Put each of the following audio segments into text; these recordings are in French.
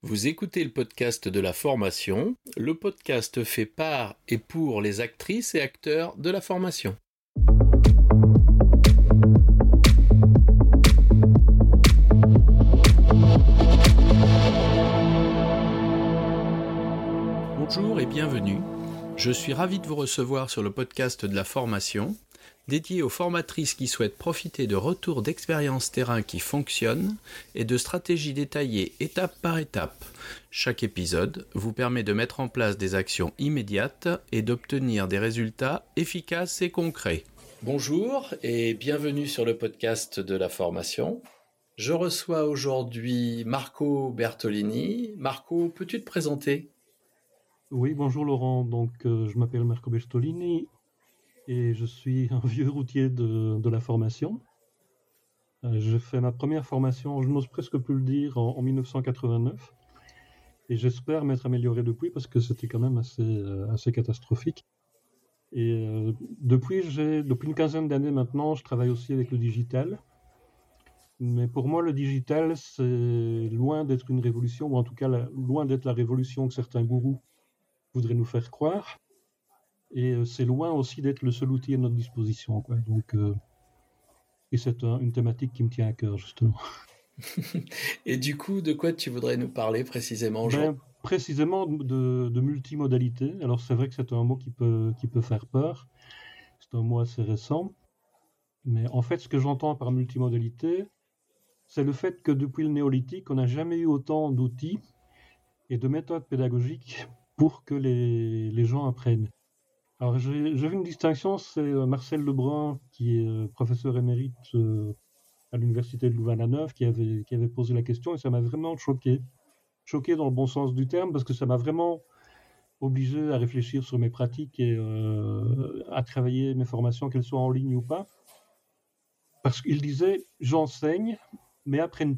Vous écoutez le podcast de la formation. Le podcast fait par et pour les actrices et acteurs de la formation. Bonjour et bienvenue. Je suis ravi de vous recevoir sur le podcast de la formation, dédié aux formatrices qui souhaitent profiter de retours d'expériences terrain qui fonctionnent et de stratégies détaillées étape par étape. Chaque épisode vous permet de mettre en place des actions immédiates et d'obtenir des résultats efficaces et concrets. Bonjour et bienvenue sur le podcast de la formation. Je reçois aujourd'hui Marco Bertolini. Marco, peux-tu te présenter ? Oui, bonjour Laurent. Donc, je m'appelle Marco Bertolini et je suis un vieux routier de la formation. J'ai fait ma première formation, je n'ose presque plus le dire, en 1989. Et j'espère m'être amélioré depuis parce que c'était quand même assez catastrophique. Et depuis une quinzaine d'années maintenant, je travaille aussi avec le digital. Mais pour moi, le digital, c'est loin d'être une révolution, ou en tout cas loin d'être la révolution que certains gourous voudraient nous faire croire. Et c'est loin aussi d'être le seul outil à notre disposition, quoi. Donc, et c'est une thématique qui me tient à cœur, justement. Et du coup, de quoi tu voudrais nous parler précisément aujourd'hui ? Précisément de multimodalité. Alors, c'est vrai que c'est un mot qui peut faire peur. C'est un mot assez récent. Mais en fait, ce que j'entends par multimodalité, c'est le fait que depuis le néolithique, on n'a jamais eu autant d'outils et de méthodes pédagogiques pour que les gens apprennent. Alors, j'ai vu une distinction, c'est Marcel Lebrun, qui est professeur émérite à l'université de Louvain-la-Neuve, qui avait posé la question, et ça m'a vraiment choqué. Choqué dans le bon sens du terme, parce que ça m'a vraiment obligé à réfléchir sur mes pratiques et à travailler mes formations, qu'elles soient en ligne ou pas. Parce qu'il disait, j'enseigne, mais apprennent-ils ?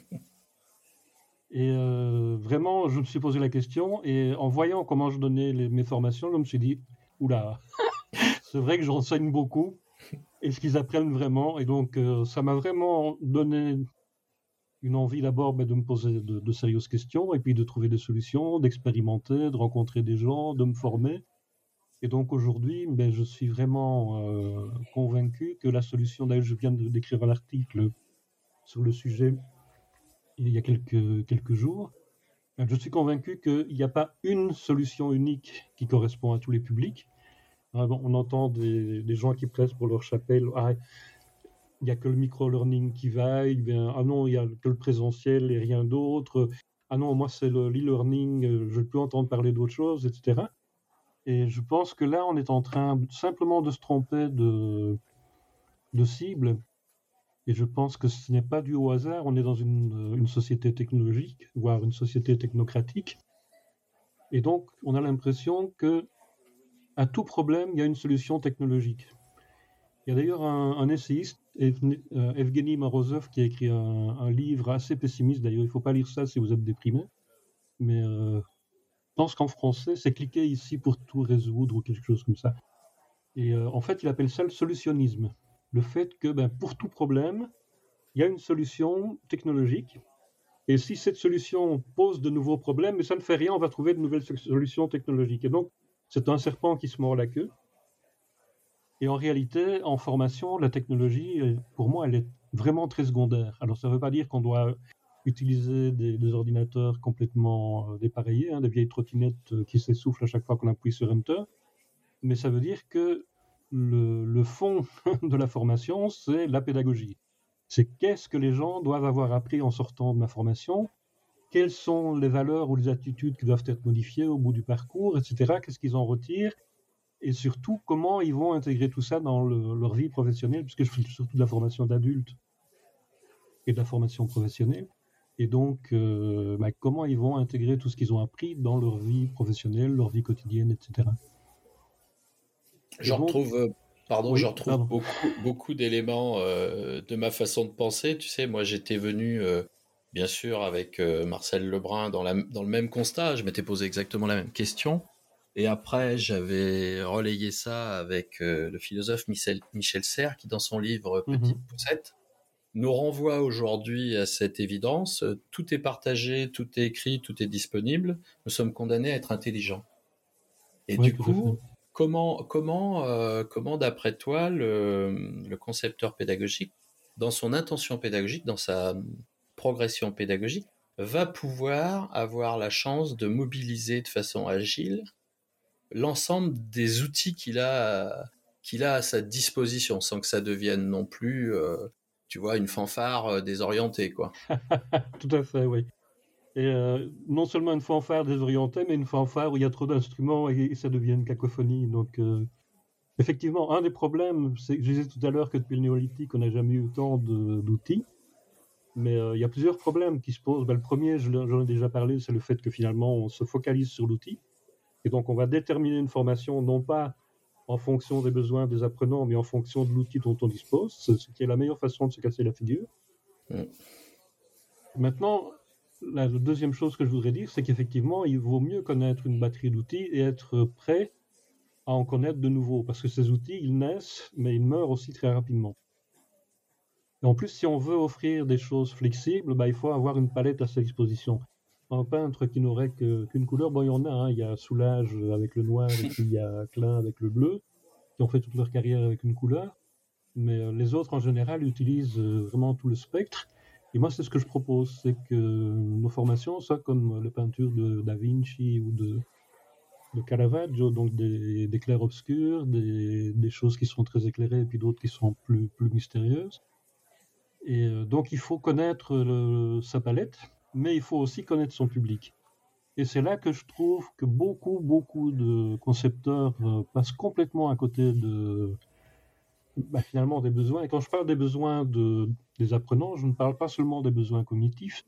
Et vraiment, je me suis posé la question, et en voyant comment je donnais mes formations, je me suis dit, oula, c'est vrai que j'enseigne beaucoup. Est-ce qu'ils apprennent vraiment ? Et donc, ça m'a vraiment donné une envie d'abord de me poser de sérieuses questions, et puis de trouver des solutions, d'expérimenter, de rencontrer des gens, de me former. Et donc aujourd'hui, je suis vraiment convaincu que la solution, d'ailleurs je viens d'écrire un article sur le sujet il y a quelques jours, je suis convaincu qu'il n'y a pas une solution unique qui correspond à tous les publics. On entend des gens qui pressent pour leur chapelle, il n'y a que le micro-learning qui vaille, ah non, il n'y a que le présentiel et rien d'autre, ah non, moi c'est l'e-learning, je ne peux entendre parler d'autre chose, etc. Et je pense que là, on est en train simplement de se tromper de cible, et je pense que ce n'est pas dû au hasard, on est dans une société technologique, voire une société technocratique, et donc on a l'impression que à tout problème, il y a une solution technologique. Il y a d'ailleurs un essayiste, Evgeny Morozov, qui a écrit un livre assez pessimiste. D'ailleurs, il ne faut pas lire ça si vous êtes déprimé. Mais je pense qu'en français, c'est cliquer ici pour tout résoudre ou quelque chose comme ça. Et en fait, il appelle ça le solutionnisme. Le fait que pour tout problème, il y a une solution technologique. Et si cette solution pose de nouveaux problèmes, mais ça ne fait rien, on va trouver de nouvelles solutions technologiques. Et donc, c'est un serpent qui se mord la queue. Et en réalité, en formation, la technologie, pour moi, elle est vraiment très secondaire. Alors, ça ne veut pas dire qu'on doit utiliser des ordinateurs complètement dépareillés, des vieilles trottinettes qui s'essoufflent à chaque fois qu'on appuie sur Enter. Mais ça veut dire que le fond de la formation, c'est la pédagogie. C'est qu'est-ce que les gens doivent avoir appris en sortant de ma formation, quelles sont les valeurs ou les attitudes qui doivent être modifiées au bout du parcours, etc. Qu'est-ce qu'ils en retirent ? Et surtout, comment ils vont intégrer tout ça dans leur vie professionnelle, puisque je fais surtout de la formation d'adultes et de la formation professionnelle. Et donc, comment ils vont intégrer tout ce qu'ils ont appris dans leur vie professionnelle, leur vie quotidienne, etc. Je retrouve beaucoup d'éléments de ma façon de penser. Tu sais, moi, j'étais venu, bien sûr, avec Marcel Lebrun dans le même constat. Je m'étais posé exactement la même question. Et après, j'avais relayé ça avec le philosophe Michel Serres, qui, dans son livre Petite Poussette, nous renvoie aujourd'hui à cette évidence. Tout est partagé, tout est écrit, tout est disponible. Nous sommes condamnés à être intelligents. Et Oui, du tout à fait. coup, comment d'après toi, le concepteur pédagogique, dans son intention pédagogique, dans sa progression pédagogique, va pouvoir avoir la chance de mobiliser de façon agile l'ensemble des outils qu'il a à sa disposition, sans que ça devienne non plus, tu vois, une fanfare désorientée, quoi. Tout à fait, oui. Et non seulement une fanfare désorientée, mais une fanfare où il y a trop d'instruments et ça devient une cacophonie. Donc, effectivement, un des problèmes, c'est que je disais tout à l'heure que depuis le néolithique, on n'a jamais eu autant d'outils. Mais il y a plusieurs problèmes qui se posent. Ben, le premier, j'en ai déjà parlé, c'est le fait que finalement, on se focalise sur l'outil. Et donc, on va déterminer une formation non pas en fonction des besoins des apprenants, mais en fonction de l'outil dont on dispose, ce qui est la meilleure façon de se casser la figure. Mm. Maintenant, la deuxième chose que je voudrais dire, c'est qu'effectivement, il vaut mieux connaître une batterie d'outils et être prêt à en connaître de nouveaux, parce que ces outils, ils naissent, mais ils meurent aussi très rapidement. Et en plus, si on veut offrir des choses flexibles, bah, il faut avoir une palette à sa disposition. Un peintre qui n'aurait qu'une couleur, bon, il y en a, hein, il y a Soulage avec le noir et puis il y a Klein avec le bleu, qui ont fait toute leur carrière avec une couleur, mais les autres en général utilisent vraiment tout le spectre. Et moi, c'est ce que je propose, c'est que nos formations soient comme les peintures de Da Vinci ou de Caravaggio, donc des clairs-obscurs, des choses qui sont très éclairées et puis d'autres qui sont plus mystérieuses. Et donc, il faut connaître sa palette, mais il faut aussi connaître son public. Et c'est là que je trouve que beaucoup de concepteurs passent complètement à côté finalement des besoins. Et quand je parle des besoins des apprenants, je ne parle pas seulement des besoins cognitifs,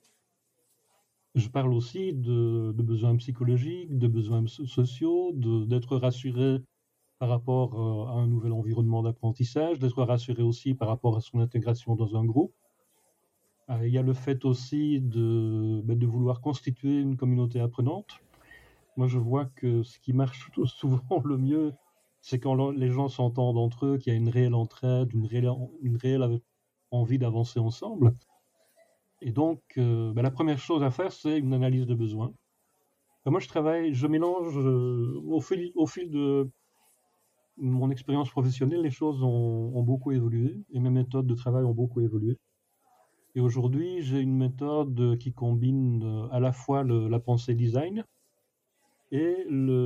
je parle aussi de besoins psychologiques, de besoins sociaux, d'être rassuré par rapport à un nouvel environnement d'apprentissage, d'être rassuré aussi par rapport à son intégration dans un groupe. Il y a le fait aussi de vouloir constituer une communauté apprenante. Moi, je vois que ce qui marche souvent le mieux, c'est quand les gens s'entendent entre eux, qu'il y a une réelle entraide, une réelle envie d'avancer ensemble. Et donc, la première chose à faire, c'est une analyse de besoins. Moi, je mélange, au fil de mon expérience professionnelle, les choses ont beaucoup évolué et mes méthodes de travail ont beaucoup évolué. Et aujourd'hui, j'ai une méthode qui combine à la fois la pensée design et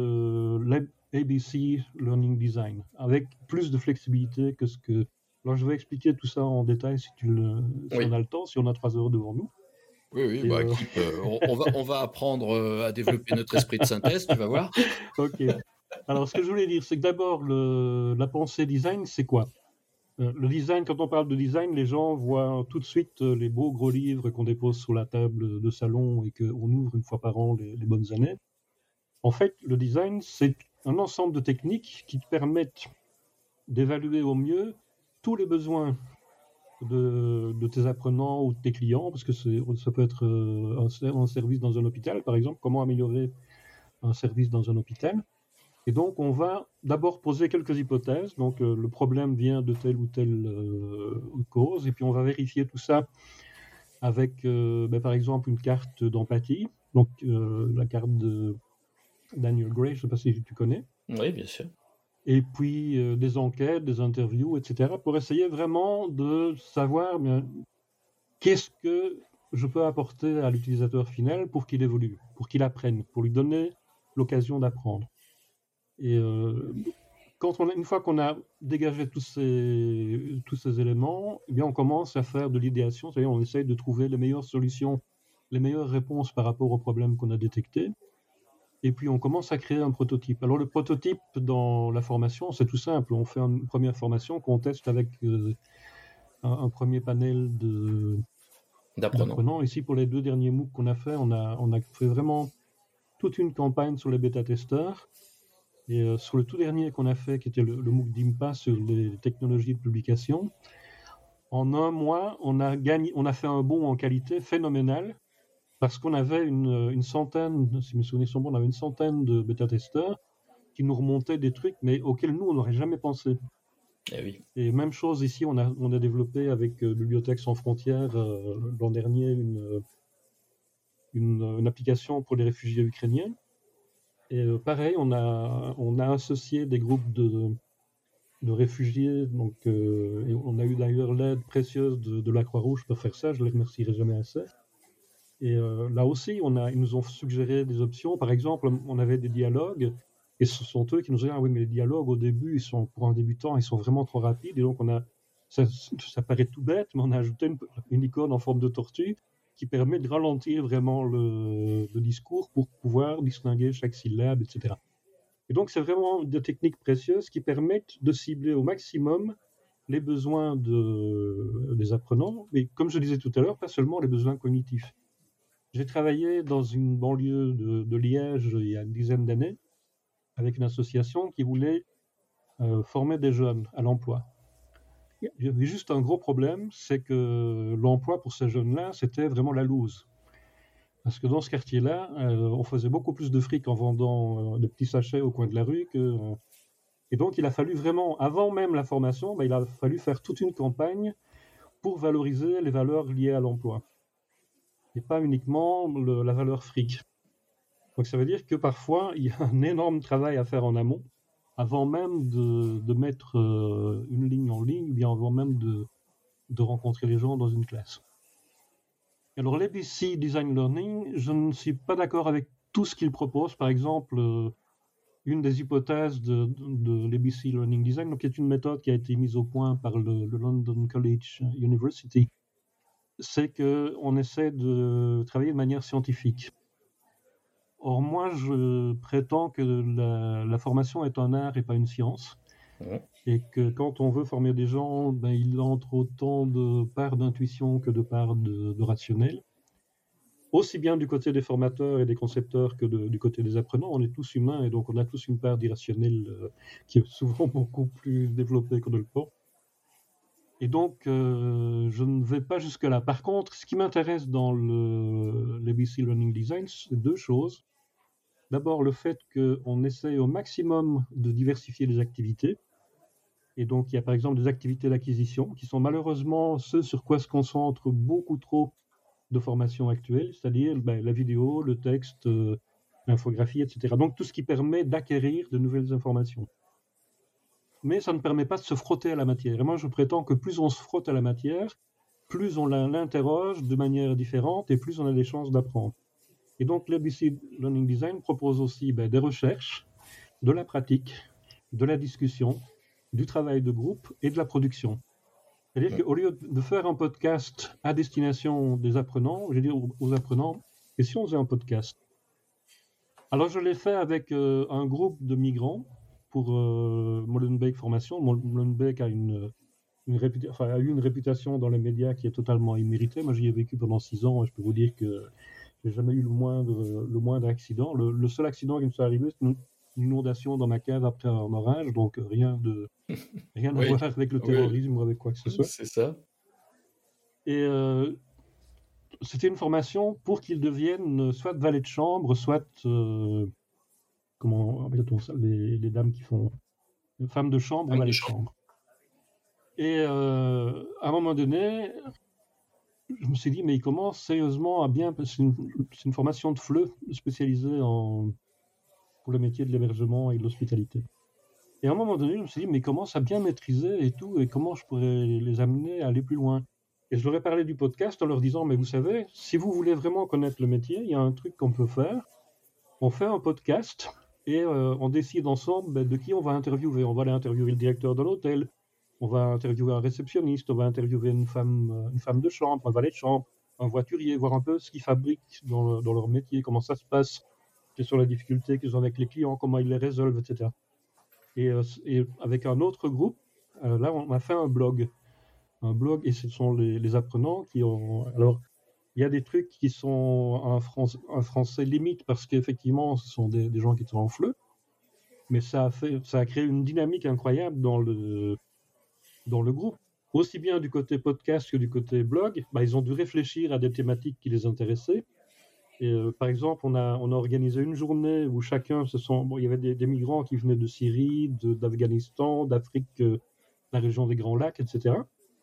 l'ABC Learning Design, avec plus de flexibilité que ce que... Alors, je vais expliquer tout ça en détail si Oui. on a le temps, si on a 3 heures devant nous. Oui, Et, écoute, on va apprendre à développer notre esprit de synthèse, tu vas voir. Ok. Alors, ce que je voulais dire, c'est que d'abord, la pensée design, c'est quoi? Le design, quand on parle de design, les gens voient tout de suite les beaux gros livres qu'on dépose sur la table de salon et qu'on ouvre une fois par an les bonnes années. En fait, le design, c'est un ensemble de techniques qui te permettent d'évaluer au mieux tous les besoins de tes apprenants ou de tes clients, parce que ça peut être un service dans un hôpital, par exemple, comment améliorer un service dans un hôpital. Et donc, on va d'abord poser quelques hypothèses. Donc, le problème vient de telle ou telle cause, et puis on va vérifier tout ça avec, par exemple, une carte d'empathie. Donc, la carte de Daniel Gray, je ne sais pas si tu connais. Oui, bien sûr. Et puis des enquêtes, des interviews, etc., pour essayer vraiment de savoir qu'est-ce que je peux apporter à l'utilisateur final pour qu'il évolue, pour qu'il apprenne, pour lui donner l'occasion d'apprendre. Et une fois qu'on a dégagé tous ces éléments, eh bien, on commence à faire de l'idéation, c'est-à-dire on essaye de trouver les meilleures solutions, les meilleures réponses par rapport aux problèmes qu'on a détectés. Et puis on commence à créer un prototype. Alors le prototype dans la formation, c'est tout simple. On fait une première formation qu'on teste avec un premier panel d'apprenants. Ici, pour les 2 derniers MOOC qu'on a fait, on a fait vraiment toute une campagne sur les bêta-testeurs. Et sur le tout dernier qu'on a fait, qui était le MOOC d'IMPA sur les technologies de publication, en 1 mois, on a fait un bond en qualité phénoménal, parce qu'on avait une centaine, si mes souvenirs sont bons, on avait une centaine de bêta-testeurs qui nous remontaient des trucs, mais auxquels nous, on n'aurait jamais pensé. oui. Et même chose ici, on a développé avec Bibliothèques sans frontières l'an dernier une application pour les réfugiés ukrainiens. Et pareil, on a associé des groupes de réfugiés. Donc, et on a eu d'ailleurs l'aide précieuse de la Croix-Rouge pour faire ça. Je ne les remercierai jamais assez. Et là aussi, ils nous ont suggéré des options. Par exemple, on avait des dialogues. Et ce sont eux qui nous ont dit, ah oui, mais les dialogues, au début, pour un débutant, ils sont vraiment trop rapides. Et donc, ça paraît tout bête, mais on a ajouté une icône en forme de tortue qui permet de ralentir vraiment le discours pour pouvoir distinguer chaque syllabe, etc. Et donc, c'est vraiment des techniques précieuses qui permettent de cibler au maximum les besoins des apprenants, mais comme je disais tout à l'heure, pas seulement les besoins cognitifs. J'ai travaillé dans une banlieue de Liège il y a une dizaine d'années avec une association qui voulait former des jeunes à l'emploi. Il y avait juste un gros problème, c'est que l'emploi pour ces jeunes-là, c'était vraiment la loose. Parce que dans ce quartier-là, on faisait beaucoup plus de fric en vendant des petits sachets au coin de la rue et donc, il a fallu vraiment, avant même la formation, il a fallu faire toute une campagne pour valoriser les valeurs liées à l'emploi. Et pas uniquement la valeur fric. Donc, ça veut dire que parfois, il y a un énorme travail à faire en amont, avant même de mettre une ligne en ligne, ou bien avant même de rencontrer les gens dans une classe. Alors, l'ABC Design Learning, je ne suis pas d'accord avec tout ce qu'il propose. Par exemple, une des hypothèses de l'ABC Learning Design, donc, qui est une méthode qui a été mise au point par le London College University, c'est qu'on essaie de travailler de manière scientifique. Or, moi, je prétends que la formation est un art et pas une science. Et que quand on veut former des gens, il entre autant de part d'intuition que de part de rationnel. Aussi bien du côté des formateurs et des concepteurs que du côté des apprenants, on est tous humains et donc on a tous une part d'irrationnel qui est souvent beaucoup plus développée que de le pense. Et donc, je ne vais pas jusque-là. Par contre, ce qui m'intéresse dans l'ABC Learning Design, c'est deux choses. D'abord, le fait qu'on essaye au maximum de diversifier les activités. Et donc, il y a par exemple des activités d'acquisition qui sont malheureusement ce sur quoi se concentre beaucoup trop de formations actuelles, c'est-à-dire la vidéo, le texte, l'infographie, etc. Donc, tout ce qui permet d'acquérir de nouvelles informations. Mais ça ne permet pas de se frotter à la matière. Et moi, je prétends que plus on se frotte à la matière, plus on l'interroge de manière différente et plus on a des chances d'apprendre. Et donc, l'ABC Learning Design propose aussi des recherches, de la pratique, de la discussion, du travail de groupe et de la production. C'est-à-dire qu'au lieu de faire un podcast à destination des apprenants, j'ai dit aux apprenants, et si on faisait un podcast? Alors, je l'ai fait avec un groupe de migrants pour Molenbeek Formation. Molenbeek a eu une réputation dans les médias qui est totalement imméritée. Moi, j'y ai vécu pendant 6 ans et je peux vous dire que j'ai jamais eu le moindre accident. Le seul accident qui me soit arrivé, c'est une inondation dans ma cave après un orage, donc rien à Oui. voir avec le terrorisme ou avec quoi que ce soit. C'est ça. Et c'était une formation pour qu'ils deviennent soit valets de chambre, soit comment appelle-t-on ça, les dames qui font femmes de chambre, valets de chambre. Et à un moment donné, je me suis dit, mais il commence sérieusement à bien. C'est une formation de FLE spécialisée pour le métier de l'hébergement et de l'hospitalité. Et à un moment donné, je me suis dit, mais il commence à bien maîtriser et tout, et comment je pourrais les amener à aller plus loin. Et je leur ai parlé du podcast en leur disant, mais vous savez, si vous voulez vraiment connaître le métier, il y a un truc qu'on peut faire. On fait un podcast et on décide ensemble de qui on va interviewer. On va aller interviewer le directeur de l'hôtel, on va interviewer un réceptionniste, on va interviewer une femme de chambre, un valet de chambre, un voiturier, voir un peu ce qu'ils fabriquent dans leur métier, comment ça se passe, quelles sont les difficultés qu'ils ont avec les clients, comment ils les résolvent, etc. Et avec un autre groupe, là, on a fait un blog, et ce sont les apprenants qui ont... Alors, il y a des trucs qui sont un français limite parce qu'effectivement, ce sont des gens qui sont en FLE, mais ça a créé une dynamique incroyable dans le groupe. Aussi bien du côté podcast que du côté blog, ils ont dû réfléchir à des thématiques qui les intéressaient. Et par exemple, on a organisé une journée où chacun il y avait des migrants qui venaient de Syrie, d'Afghanistan, d'Afrique la région des Grands Lacs, etc.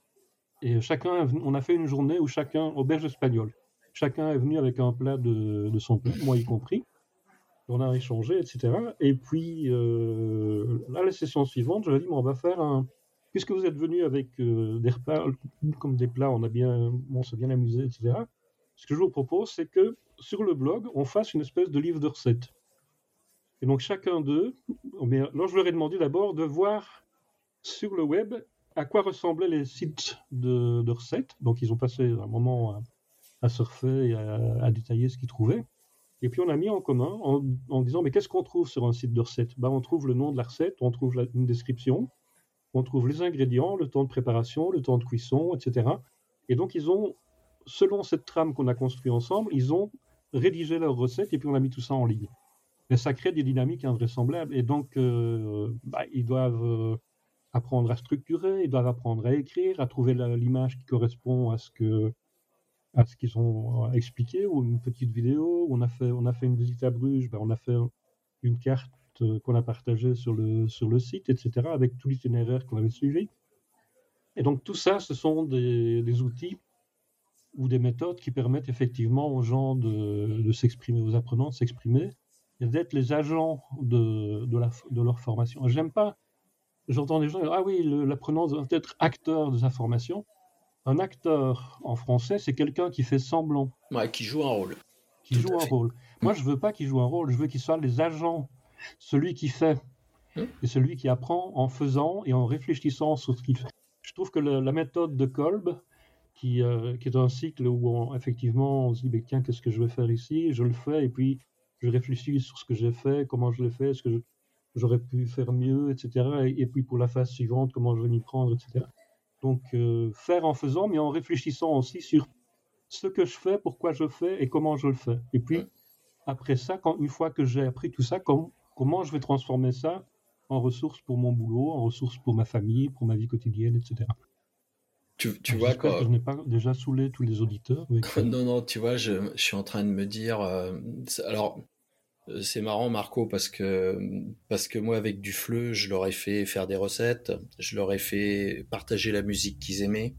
Et on a fait une journée où auberge espagnole. Chacun est venu avec un plat de son pays, moi y compris. On a échangé, etc. Et puis, là, la session suivante, je lui ai dit, on va faire puisque vous êtes venu avec des repas comme des plats, on s'est bien amusé, etc. Ce que je vous propose, c'est que sur le blog, on fasse une espèce de livre de recettes. Et donc, chacun d'eux, alors je leur ai demandé d'abord de voir sur le web à quoi ressemblaient les sites de recettes. Donc, ils ont passé un moment à surfer et à détailler ce qu'ils trouvaient. Et puis, on a mis en commun en disant, mais qu'est-ce qu'on trouve sur un site de recettes? On trouve le nom de la recette, on trouve une description, on trouve les ingrédients, le temps de préparation, le temps de cuisson, etc. Et donc, selon cette trame qu'on a construite ensemble, ils ont rédigé leurs recettes et puis on a mis tout ça en ligne. Et ça crée des dynamiques invraisemblables. Et donc, ils doivent apprendre à structurer, ils doivent apprendre à écrire, à trouver l'image qui correspond à ce qu'ils ont expliqué, ou une petite vidéo. On a fait une visite à Bruges, on a fait une carte qu'on a partagée sur le site, etc., avec tout l'itinéraire qu'on avait suivi. Et donc tout ça, ce sont des outils ou des méthodes qui permettent effectivement aux gens de s'exprimer, aux apprenants de s'exprimer, et d'être les agents de leur formation. J'entends des gens dire, ah oui, l'apprenant doit être acteur de sa formation. Un acteur, en français, c'est quelqu'un qui fait semblant. Ouais, qui joue un rôle. Qui joue un rôle. Moi, je veux pas qu'il joue un rôle, je veux qu'il soit les agents. Celui qui fait et celui qui apprend en faisant et en réfléchissant sur ce qu'il fait. Je trouve que la méthode de Kolb, qui est un cycle où effectivement on se dit, tiens, qu'est-ce que je vais faire ici? Je le fais et puis je réfléchis sur ce que j'ai fait, comment je l'ai fait, est-ce que j'aurais pu faire mieux, etc. Et puis pour la phase suivante, comment je vais m'y prendre, etc. Donc faire en faisant, mais en réfléchissant aussi sur ce que je fais, pourquoi je fais et comment je le fais. Et puis après ça, une fois que j'ai appris tout ça, comment je vais transformer ça en ressources pour mon boulot, en ressources pour ma famille, pour ma vie quotidienne, etc. Tu vois j'espère que je n'ai pas déjà saoulé tous les auditeurs. Non, tu vois, je suis en train de me dire... alors, c'est marrant, Marco, parce que moi, avec Dufleux, je leur ai fait faire des recettes, je leur ai fait partager la musique qu'ils aimaient,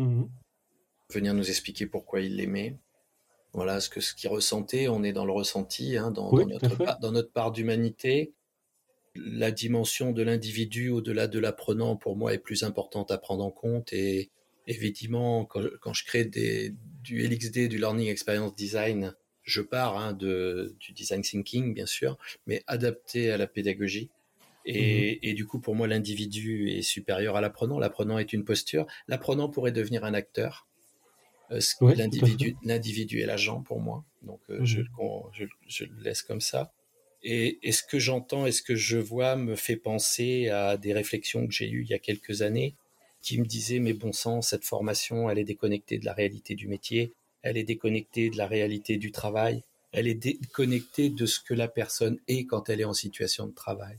venir nous expliquer pourquoi ils l'aimaient. Voilà, ce qu'ils ressentaient, on est dans le ressenti, hein, dans notre part d'humanité. La dimension de l'individu au-delà de l'apprenant, pour moi, est plus importante à prendre en compte. Et évidemment, quand je crée du LXD, du Learning Experience Design, je pars du design thinking, bien sûr, mais adapté à la pédagogie. Et du coup, pour moi, l'individu est supérieur à l'apprenant. L'apprenant est une posture. L'apprenant pourrait devenir un acteur. L'individu est l'agent pour moi. Donc, je le laisse comme ça. Et ce que j'entends et ce que je vois me fait penser à des réflexions que j'ai eues il y a quelques années qui me disaient, mais bon sang, cette formation, elle est déconnectée de la réalité du métier, elle est déconnectée de la réalité du travail, elle est déconnectée de ce que la personne est quand elle est en situation de travail.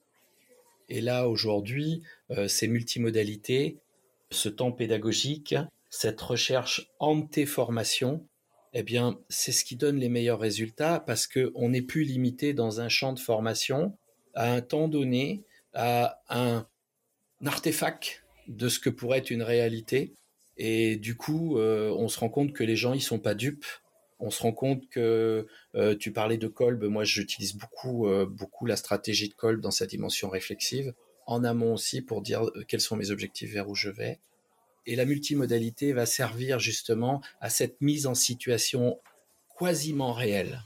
Et là, aujourd'hui, ces multimodalités, ce temps pédagogique, cette recherche ante-formation, eh bien, c'est ce qui donne les meilleurs résultats parce qu'on n'est plus limité dans un champ de formation à un temps donné, à un artefact de ce que pourrait être une réalité. Et du coup, on se rend compte que les gens, ils sont pas dupes. On se rend compte que tu parlais de Kolb. Moi, j'utilise beaucoup la stratégie de Kolb dans sa dimension réflexive, en amont aussi pour dire quels sont mes objectifs, vers où je vais. Et la multimodalité va servir justement à cette mise en situation quasiment réelle.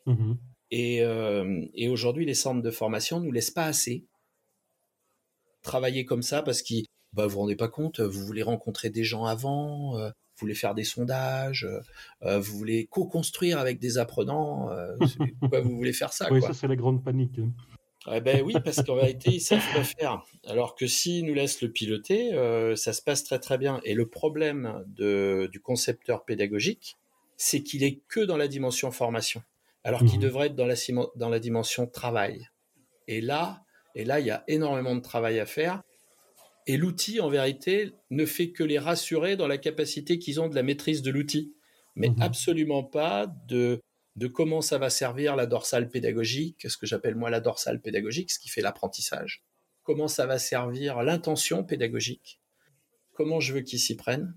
Et aujourd'hui, les centres de formation ne nous laissent pas assez travailler comme ça parce que vous vous rendez pas compte, vous voulez rencontrer des gens avant, vous voulez faire des sondages, vous voulez co-construire avec des apprenants. Pourquoi vous voulez faire ça? Oui, ça c'est la grande panique. Eh ben oui, parce qu'en réalité, ils savent pas faire. Alors que s'ils nous laissent le piloter, ça se passe très très bien. Et le problème du concepteur pédagogique, c'est qu'il est que dans la dimension formation, alors qu'il devrait être dans la dimension travail. Et là, il y a énormément de travail à faire. Et l'outil, en vérité, ne fait que les rassurer dans la capacité qu'ils ont de la maîtrise de l'outil, mais absolument pas de comment ça va servir la dorsale pédagogique, ce que j'appelle moi la dorsale pédagogique, ce qui fait l'apprentissage. comment ça va servir l'intention pédagogique, comment je veux qu'ils s'y prennent,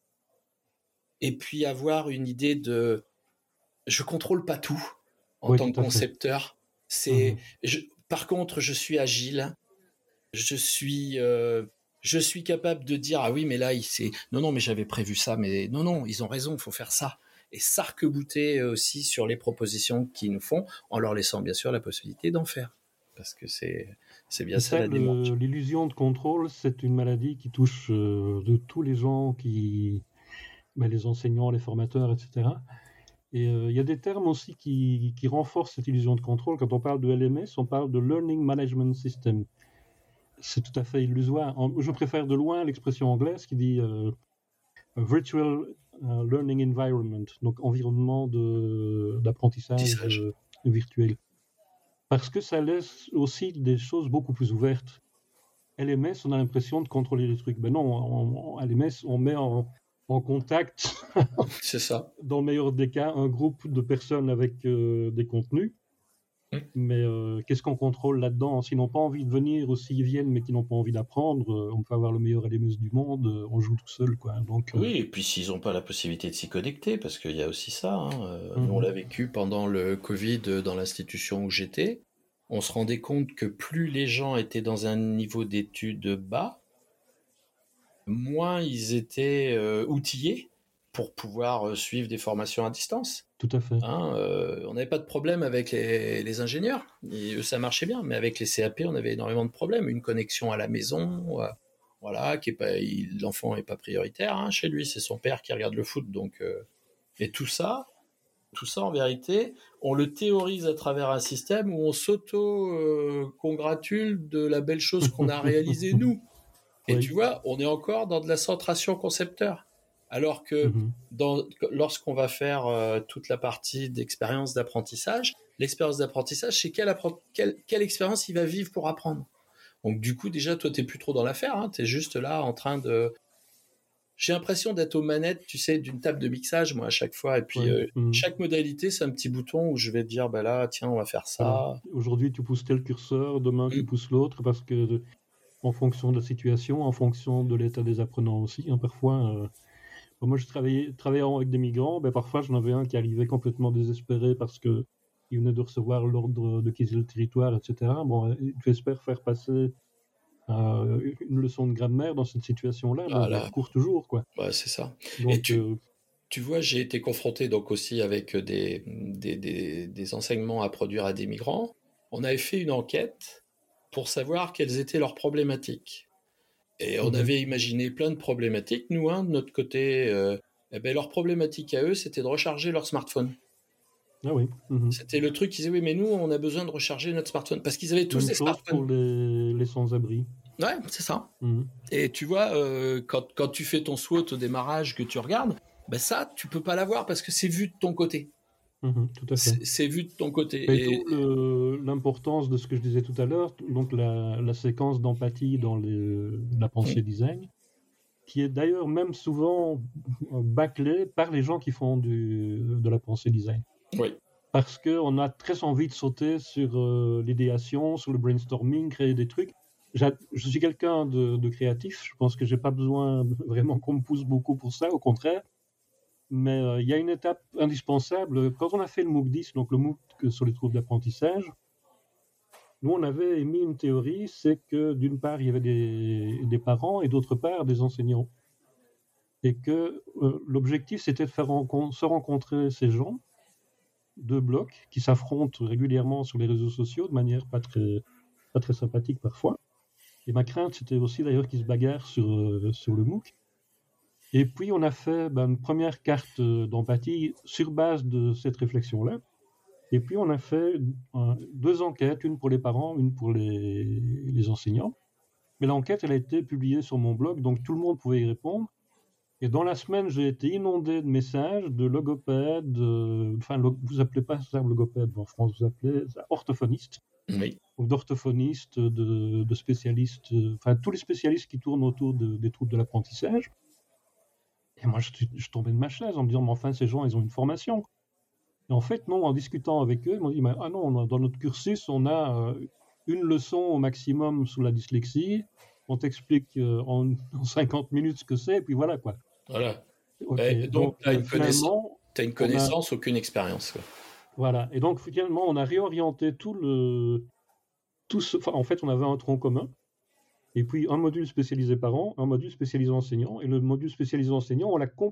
et puis avoir une idée de... Je contrôle pas tout en tant que concepteur. Par contre, je suis agile, je suis capable de dire ah oui mais là non mais j'avais prévu ça, mais non ils ont raison, il faut faire ça, et s'arc-bouter aussi sur les propositions qu'ils nous font en leur laissant bien sûr la possibilité d'en faire, parce que c'est bien ça la démarche. L'illusion de contrôle, c'est une maladie qui touche de tous les gens les enseignants, les formateurs, etc. Et il y a des termes aussi qui renforcent cette illusion de contrôle. Quand on parle de LMS, on parle de Learning Management System. C'est tout à fait illusoire. Je préfère de loin l'expression anglaise qui dit Virtual Learning Environment, donc environnement d'apprentissage virtuel. Parce que ça laisse aussi des choses beaucoup plus ouvertes. LMS, on a l'impression de contrôler les trucs. Ben non, LMS, on met en contact, c'est ça. Dans le meilleur des cas, un groupe de personnes avec des contenus. Mais qu'est-ce qu'on contrôle là-dedans? S'ils n'ont pas envie de venir, ou s'ils viennent mais qu'ils n'ont pas envie d'apprendre, on peut avoir le meilleur LMS du monde, on joue tout seul, quoi. Donc, oui, et puis s'ils n'ont pas la possibilité de s'y connecter, parce qu'il y a aussi ça. Nous, on l'a vécu pendant le Covid dans l'institution où j'étais. On se rendait compte que plus les gens étaient dans un niveau d'études bas, moins ils étaient outillés pour pouvoir suivre des formations à distance. Tout à fait. On n'avait pas de problème avec les ingénieurs, et ça marchait bien, mais avec les CAP, on avait énormément de problèmes. Une connexion à la maison, voilà, l'enfant n'est pas prioritaire chez lui, c'est son père qui regarde le foot. Donc, et tout ça, en vérité, on le théorise à travers un système où on s'auto-congratule de la belle chose qu'on a réalisée nous. Et oui. Tu vois, on est encore dans de la centration concepteur. Alors que lorsqu'on va faire toute la partie d'expérience d'apprentissage, l'expérience d'apprentissage, c'est quelle expérience il va vivre pour apprendre. Donc du coup, déjà, toi, t'es plus trop dans l'affaire. T'es juste là en train de... J'ai l'impression d'être aux manettes, tu sais, d'une table de mixage, moi, à chaque fois. Et puis, chaque modalité, c'est un petit bouton où je vais te dire, bah là, tiens, on va faire ça. Voilà. Aujourd'hui, tu pousses tel curseur, demain, tu pousses l'autre, parce que en fonction de la situation, en fonction de l'état des apprenants aussi, parfois... Moi, je travaillant avec des migrants, parfois j'en avais un qui arrivait complètement désespéré parce qu'il venait de recevoir l'ordre de quitter le territoire, etc. Bon, tu espères faire passer une leçon de grammaire dans cette situation-là, on court toujours, quoi. Ouais, c'est ça. Donc, et tu vois, j'ai été confronté donc aussi avec des enseignements à produire à des migrants. On avait fait une enquête pour savoir quelles étaient leurs problématiques. Et on avait imaginé plein de problématiques, nous, de notre côté. Leur problématique à eux, c'était de recharger leur smartphone. Ah oui. C'était le truc qu'ils disaient, oui, mais nous, on a besoin de recharger notre smartphone. Parce qu'ils avaient tous des smartphones. Pour les sans-abri. Ouais, c'est ça. Et tu vois, quand tu fais ton SWOT au démarrage, que tu regardes, ça, tu peux pas l'avoir parce que c'est vu de ton côté. Tout à fait. C'est vu de ton côté. Et l'importance de ce que je disais tout à l'heure, donc la séquence d'empathie dans la pensée design, qui est d'ailleurs même souvent bâclée par les gens qui font de la pensée design. Oui. Parce qu'on a très envie de sauter sur l'idéation, sur le brainstorming, créer des trucs. Je suis quelqu'un de créatif, je pense que j'ai pas besoin vraiment qu'on me pousse beaucoup pour ça, au contraire. Mais il y a une étape indispensable. Quand on a fait le MOOC 10, donc le MOOC sur les troubles d'apprentissage, nous, on avait émis une théorie, c'est que d'une part, il y avait des parents et d'autre part, des enseignants. Et que l'objectif, c'était de faire se rencontrer ces gens, deux blocs, qui s'affrontent régulièrement sur les réseaux sociaux de manière pas très sympathique parfois. Et ma crainte, c'était aussi d'ailleurs qu'ils se bagarrent sur le MOOC. Et puis, on a fait une première carte d'empathie sur base de cette réflexion-là. Et puis, on a fait deux enquêtes, une pour les parents, une pour les enseignants. Mais l'enquête, elle a été publiée sur mon blog, donc tout le monde pouvait y répondre. Et dans la semaine, j'ai été inondé de messages de logopèdes, vous appelez pas ça logopède en France, vous appelez ça orthophoniste. Oui. Donc d'orthophonistes, de spécialistes, tous les spécialistes qui tournent autour des troubles de l'apprentissage. Et moi, je tombais de ma chaise en me disant, mais enfin, ces gens, ils ont une formation. Et en fait, non, en discutant avec eux, ils m'ont dit, ah non, dans notre cursus, on a une leçon au maximum sur la dyslexie, on t'explique en 50 minutes ce que c'est, et puis voilà quoi. Voilà. Ok, Donc, tu as finalement, une connaissance, aucune expérience. Quoi. Voilà, et donc finalement, on a réorienté en fait, on avait un tronc commun, et puis un module spécialisé parents, un module spécialisé enseignant, et le module spécialisé enseignant,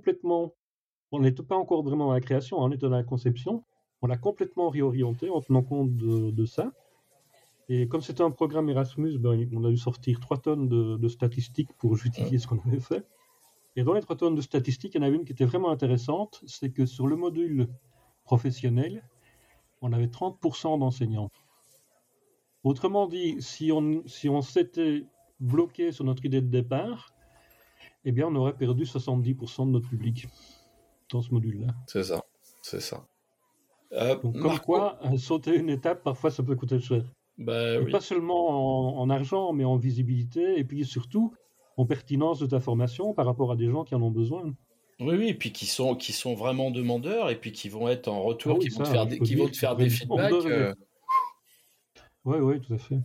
on n'était pas encore vraiment dans la création, on était dans la conception, on l'a complètement réorienté en tenant compte de ça. Et comme c'était un programme Erasmus, on a dû sortir 3 tonnes de statistiques pour justifier ce qu'on avait fait. Et dans les 3 tonnes de statistiques, il y en avait une qui était vraiment intéressante, c'est que sur le module professionnel, on avait 30% d'enseignants. Autrement dit, si on s'était bloqué sur notre idée de départ, eh bien, on aurait perdu 70% de notre public dans ce module-là. C'est ça. Donc, comme quoi, sauter une étape, parfois, ça peut coûter cher. Oui. Pas seulement en argent, mais en visibilité, et puis surtout en pertinence de ta formation par rapport à des gens qui en ont besoin. Oui, et puis qui sont vraiment demandeurs, et puis qui vont être en retour, qui vont te faire des feedbacks. Oui, tout à fait.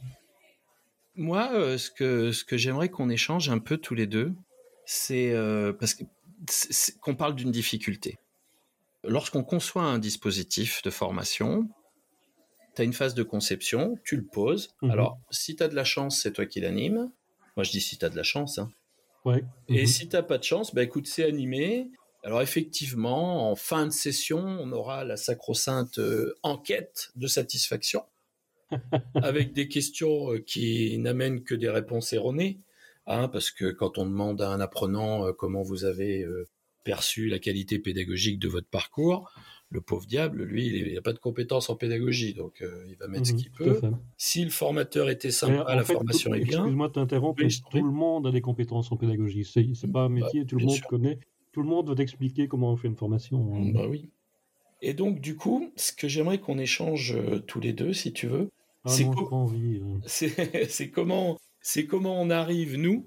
Moi, ce que j'aimerais qu'on échange un peu tous les deux, c'est parce qu'on parle d'une difficulté. Lorsqu'on conçoit un dispositif de formation, tu as une phase de conception, tu le poses. Mm-hmm. Alors, si tu as de la chance, c'est toi qui l'animes. Moi, je dis si tu as de la chance. Hein. Ouais. Mm-hmm. Et si tu n'as pas de chance, écoute, c'est animé. Alors, effectivement, en fin de session, on aura la sacro-sainte enquête de satisfaction avec des questions qui n'amènent que des réponses erronées. Hein, parce que quand on demande à un apprenant comment vous avez perçu la qualité pédagogique de votre parcours, le pauvre diable, lui, il n'a pas de compétences en pédagogie, donc il va mettre ce qu'il peut. Si le formateur était sympa, la formation est bien. Excuse-moi de t'interrompre, mais tout le monde a des compétences en pédagogie. C'est pas un métier, tout le monde connaît. Tout le monde doit t'expliquer comment on fait une formation. Oui. Et donc, du coup, ce que j'aimerais qu'on échange tous les deux, si tu veux, c'est comment on arrive, nous.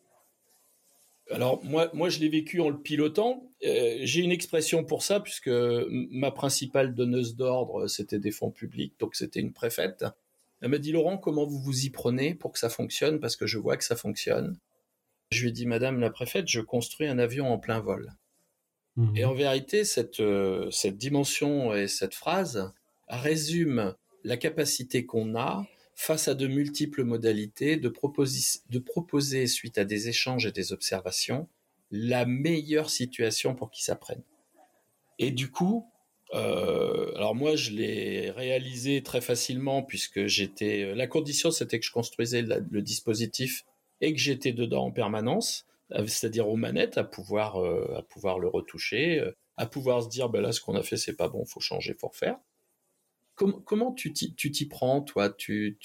Alors, moi, je l'ai vécu en le pilotant. J'ai une expression pour ça, puisque ma principale donneuse d'ordre, c'était des fonds publics, donc c'était une préfète. Elle m'a dit, Laurent, comment vous vous y prenez pour que ça fonctionne, parce que je vois que ça fonctionne. Je lui ai dit, Madame la préfète, je construis un avion en plein vol. Mmh. Et en vérité, cette dimension et cette phrase résume la capacité qu'on a face à de multiples modalités, de proposer, suite à des échanges et des observations, la meilleure situation pour qu'ils s'apprennent. Et du coup, alors moi, je l'ai réalisé très facilement, puisque la condition, c'était que je construisais le dispositif et que j'étais dedans en permanence, c'est-à-dire aux manettes, à pouvoir le retoucher, à pouvoir se dire, là, ce qu'on a fait, c'est pas bon, faut changer, faut refaire. Comment tu t'y prends, toi,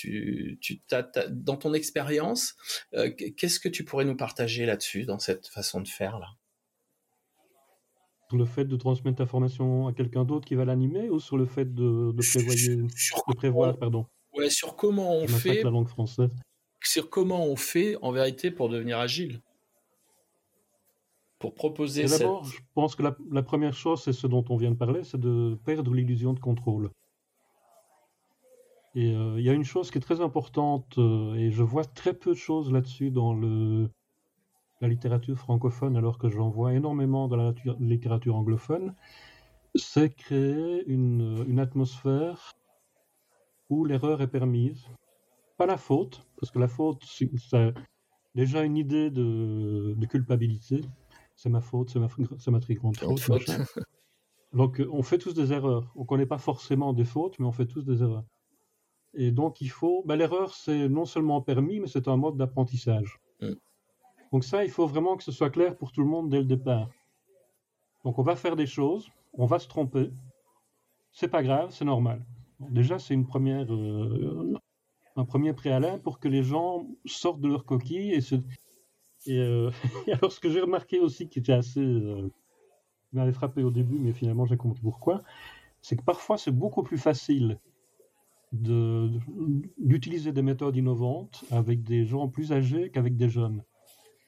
dans ton expérience, qu'est-ce que tu pourrais nous partager là-dessus, dans cette façon de faire, là? Sur le fait de transmettre ta formation à quelqu'un d'autre qui va l'animer, ou sur le fait de prévoir, pardon. Ouais, sur comment on fait. La langue française. Sur comment on fait, en vérité, pour devenir agile. Pour proposer d'abord, je pense que la première chose, c'est ce dont on vient de parler, c'est de perdre l'illusion de contrôle. Et il y a une chose qui est très importante, et je vois très peu de choses là-dessus dans la littérature francophone, alors que j'en vois énormément dans la littérature anglophone, c'est créer une atmosphère où l'erreur est permise. Pas la faute, parce que la faute, c'est déjà une idée de culpabilité. C'est ma faute, c'est ma très grande faute. Donc on fait tous des erreurs. On ne connaît pas forcément des fautes, mais on fait tous des erreurs. Et donc il faut... l'erreur, c'est non seulement permis, mais c'est un mode d'apprentissage. Donc ça, il faut vraiment que ce soit clair pour tout le monde dès le départ. Donc on va faire des choses, on va se tromper. C'est pas grave, c'est normal. Bon, déjà, c'est un premier préalable pour que les gens sortent de leur coquille et alors, ce que j'ai remarqué aussi, qui était assez... qui m'avait frappé au début, mais finalement, j'ai compris pourquoi, c'est que parfois, c'est beaucoup plus facile d'utiliser des méthodes innovantes avec des gens plus âgés qu'avec des jeunes. Pourquoi ?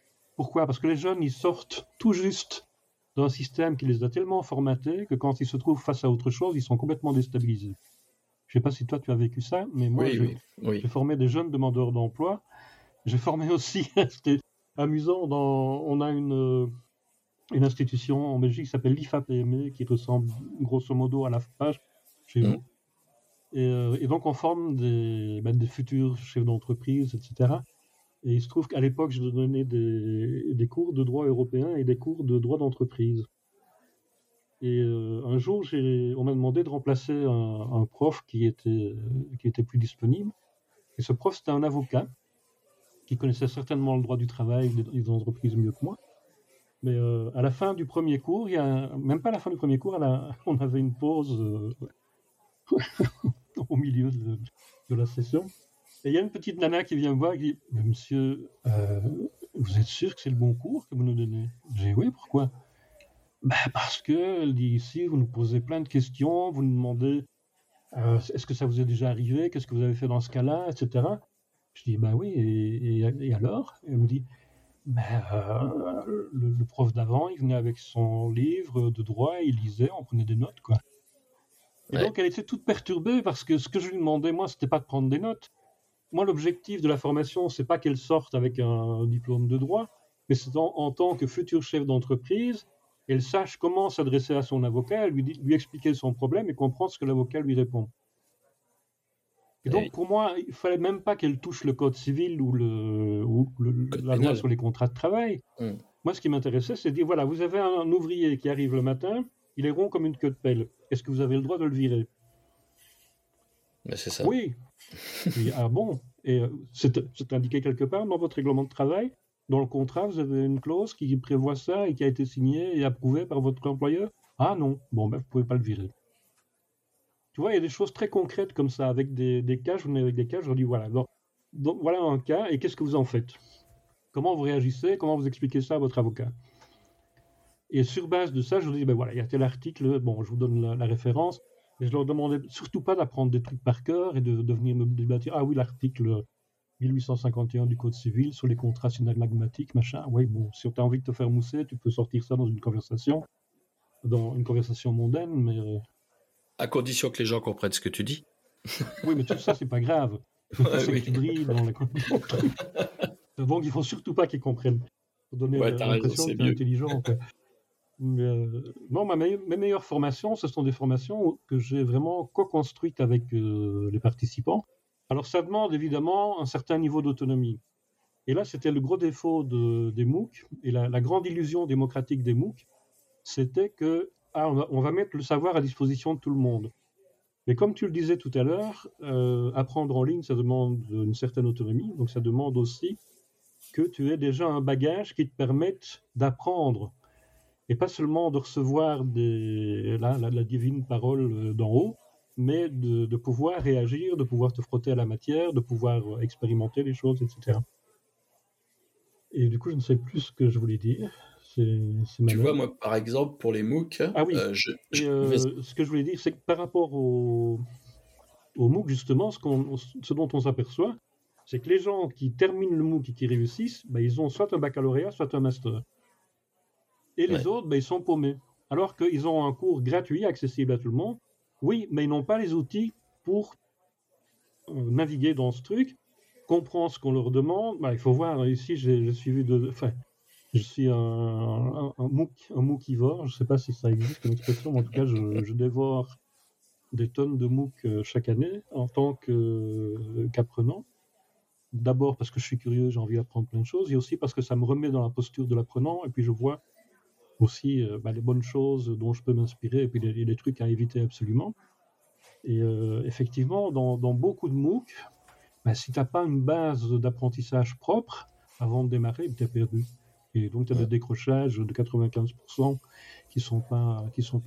Parce que les jeunes, ils sortent tout juste d'un système qui les a tellement formatés que quand ils se trouvent face à autre chose, ils sont complètement déstabilisés. Je ne sais pas si toi tu as vécu ça, mais moi j'ai formé des jeunes demandeurs d'emploi. J'ai formé aussi, c'était amusant, on a une institution en Belgique qui s'appelle l'IFAPME, qui ressemble grosso modo à la FAPAGE chez vous. Et donc on forme des futurs chefs d'entreprise, etc. Et il se trouve qu'à l'époque, je donnais des cours de droit européen et des cours de droit d'entreprise. Et un jour, on m'a demandé de remplacer un prof qui était plus disponible. Et ce prof, c'était un avocat qui connaissait certainement le droit du travail des entreprises mieux que moi. Mais à la fin du premier cours, même pas à la fin du premier cours, on avait une pause au milieu de la session. Et il y a une petite nana qui vient me voir et qui dit « Monsieur, vous êtes sûr que c'est le bon cours que vous nous donnez ?» J'ai dit « Oui, pourquoi ?» Parce que, elle dit ici, vous nous posez plein de questions, vous nous demandez est-ce que ça vous est déjà arrivé, qu'est-ce que vous avez fait dans ce cas-là, etc. Je dis oui, et alors? Et elle me dit le prof d'avant, il venait avec son livre de droit, il lisait, on prenait des notes, quoi. Et donc, elle était toute perturbée parce que ce que je lui demandais, moi, c'était pas de prendre des notes. Moi, l'objectif de la formation, c'est pas qu'elle sorte avec un diplôme de droit, mais c'est en tant que futur chef d'entreprise, elle sache comment s'adresser à son avocat, lui expliquer son problème et comprendre ce que l'avocat lui répond. Et donc, pour moi, il fallait même pas qu'elle touche le code civil ou la loi sur les contrats de travail. Moi, ce qui m'intéressait, c'est de dire, voilà, vous avez un ouvrier qui arrive le matin, il est rond comme une queue de pelle. Est-ce que vous avez le droit de le virer? C'est ça. Oui. Ah bon? Et c'est indiqué quelque part dans votre règlement de travail? Dans le contrat, vous avez une clause qui prévoit ça et qui a été signée et approuvée par votre employeur? Ah non. Bon, vous ne pouvez pas le virer. Tu vois, il y a des choses très concrètes comme ça, avec des cas. Je venais avec des cas, je leur dis voilà. Donc, voilà un cas, et qu'est-ce que vous en faites? Comment vous réagissez? Comment vous expliquez ça à votre avocat? Et sur base de ça, je leur dis voilà, il y a tel article, bon, je vous donne la référence. Et je leur demandais surtout pas d'apprendre des trucs par cœur et de venir me débattre. Ah oui, l'article 1851 du Code civil sur les contrats synagmatiques, machin. Oui, bon, si tu as envie de te faire mousser, tu peux sortir ça dans une conversation mondaine, mais... À condition que les gens comprennent ce que tu dis. Oui, mais tout ça, c'est pas grave. Le tout, c'est que tu brilles dans les... Donc, il faut surtout pas qu'ils comprennent. Pour donner l'impression que tu es intelligent. Mais, non, mes meilleures formations, ce sont des formations que j'ai vraiment co-construites avec les participants. Alors, ça demande évidemment un certain niveau d'autonomie. Et là, c'était le gros défaut des MOOC, et la grande illusion démocratique des MOOC, c'était que on va mettre le savoir à disposition de tout le monde. Mais comme tu le disais tout à l'heure, apprendre en ligne, ça demande une certaine autonomie, donc ça demande aussi que tu aies déjà un bagage qui te permette d'apprendre, et pas seulement de recevoir la divine parole d'en haut, mais de pouvoir réagir, de pouvoir te frotter à la matière, de pouvoir expérimenter les choses, etc. Et du coup, je ne sais plus ce que je voulais dire. Tu vois, moi, par exemple, pour les MOOC... Ah oui, ce que je voulais dire, c'est que par rapport au MOOC, justement, ce dont on s'aperçoit, c'est que les gens qui terminent le MOOC et qui réussissent, ils ont soit un baccalauréat, soit un master. Et les autres, ils sont paumés. Alors qu'ils ont un cours gratuit, accessible à tout le monde. Oui, mais ils n'ont pas les outils pour naviguer dans ce truc, comprendre ce qu'on leur demande. Il faut voir, ici, j'ai suivi je suis un MOOCivore. Je ne sais pas si ça existe comme expression, mais en tout cas, je dévore des tonnes de MOOC chaque année en tant qu'apprenant. D'abord parce que je suis curieux, j'ai envie d'apprendre plein de choses, et aussi parce que ça me remet dans la posture de l'apprenant, et puis je vois aussi les bonnes choses dont je peux m'inspirer, et puis les trucs à éviter absolument. Et effectivement, dans beaucoup de MOOC, si tu n'as pas une base d'apprentissage propre, avant de démarrer, tu es perdu. Et donc, tu as des décrochages de 95% qui ne sont pas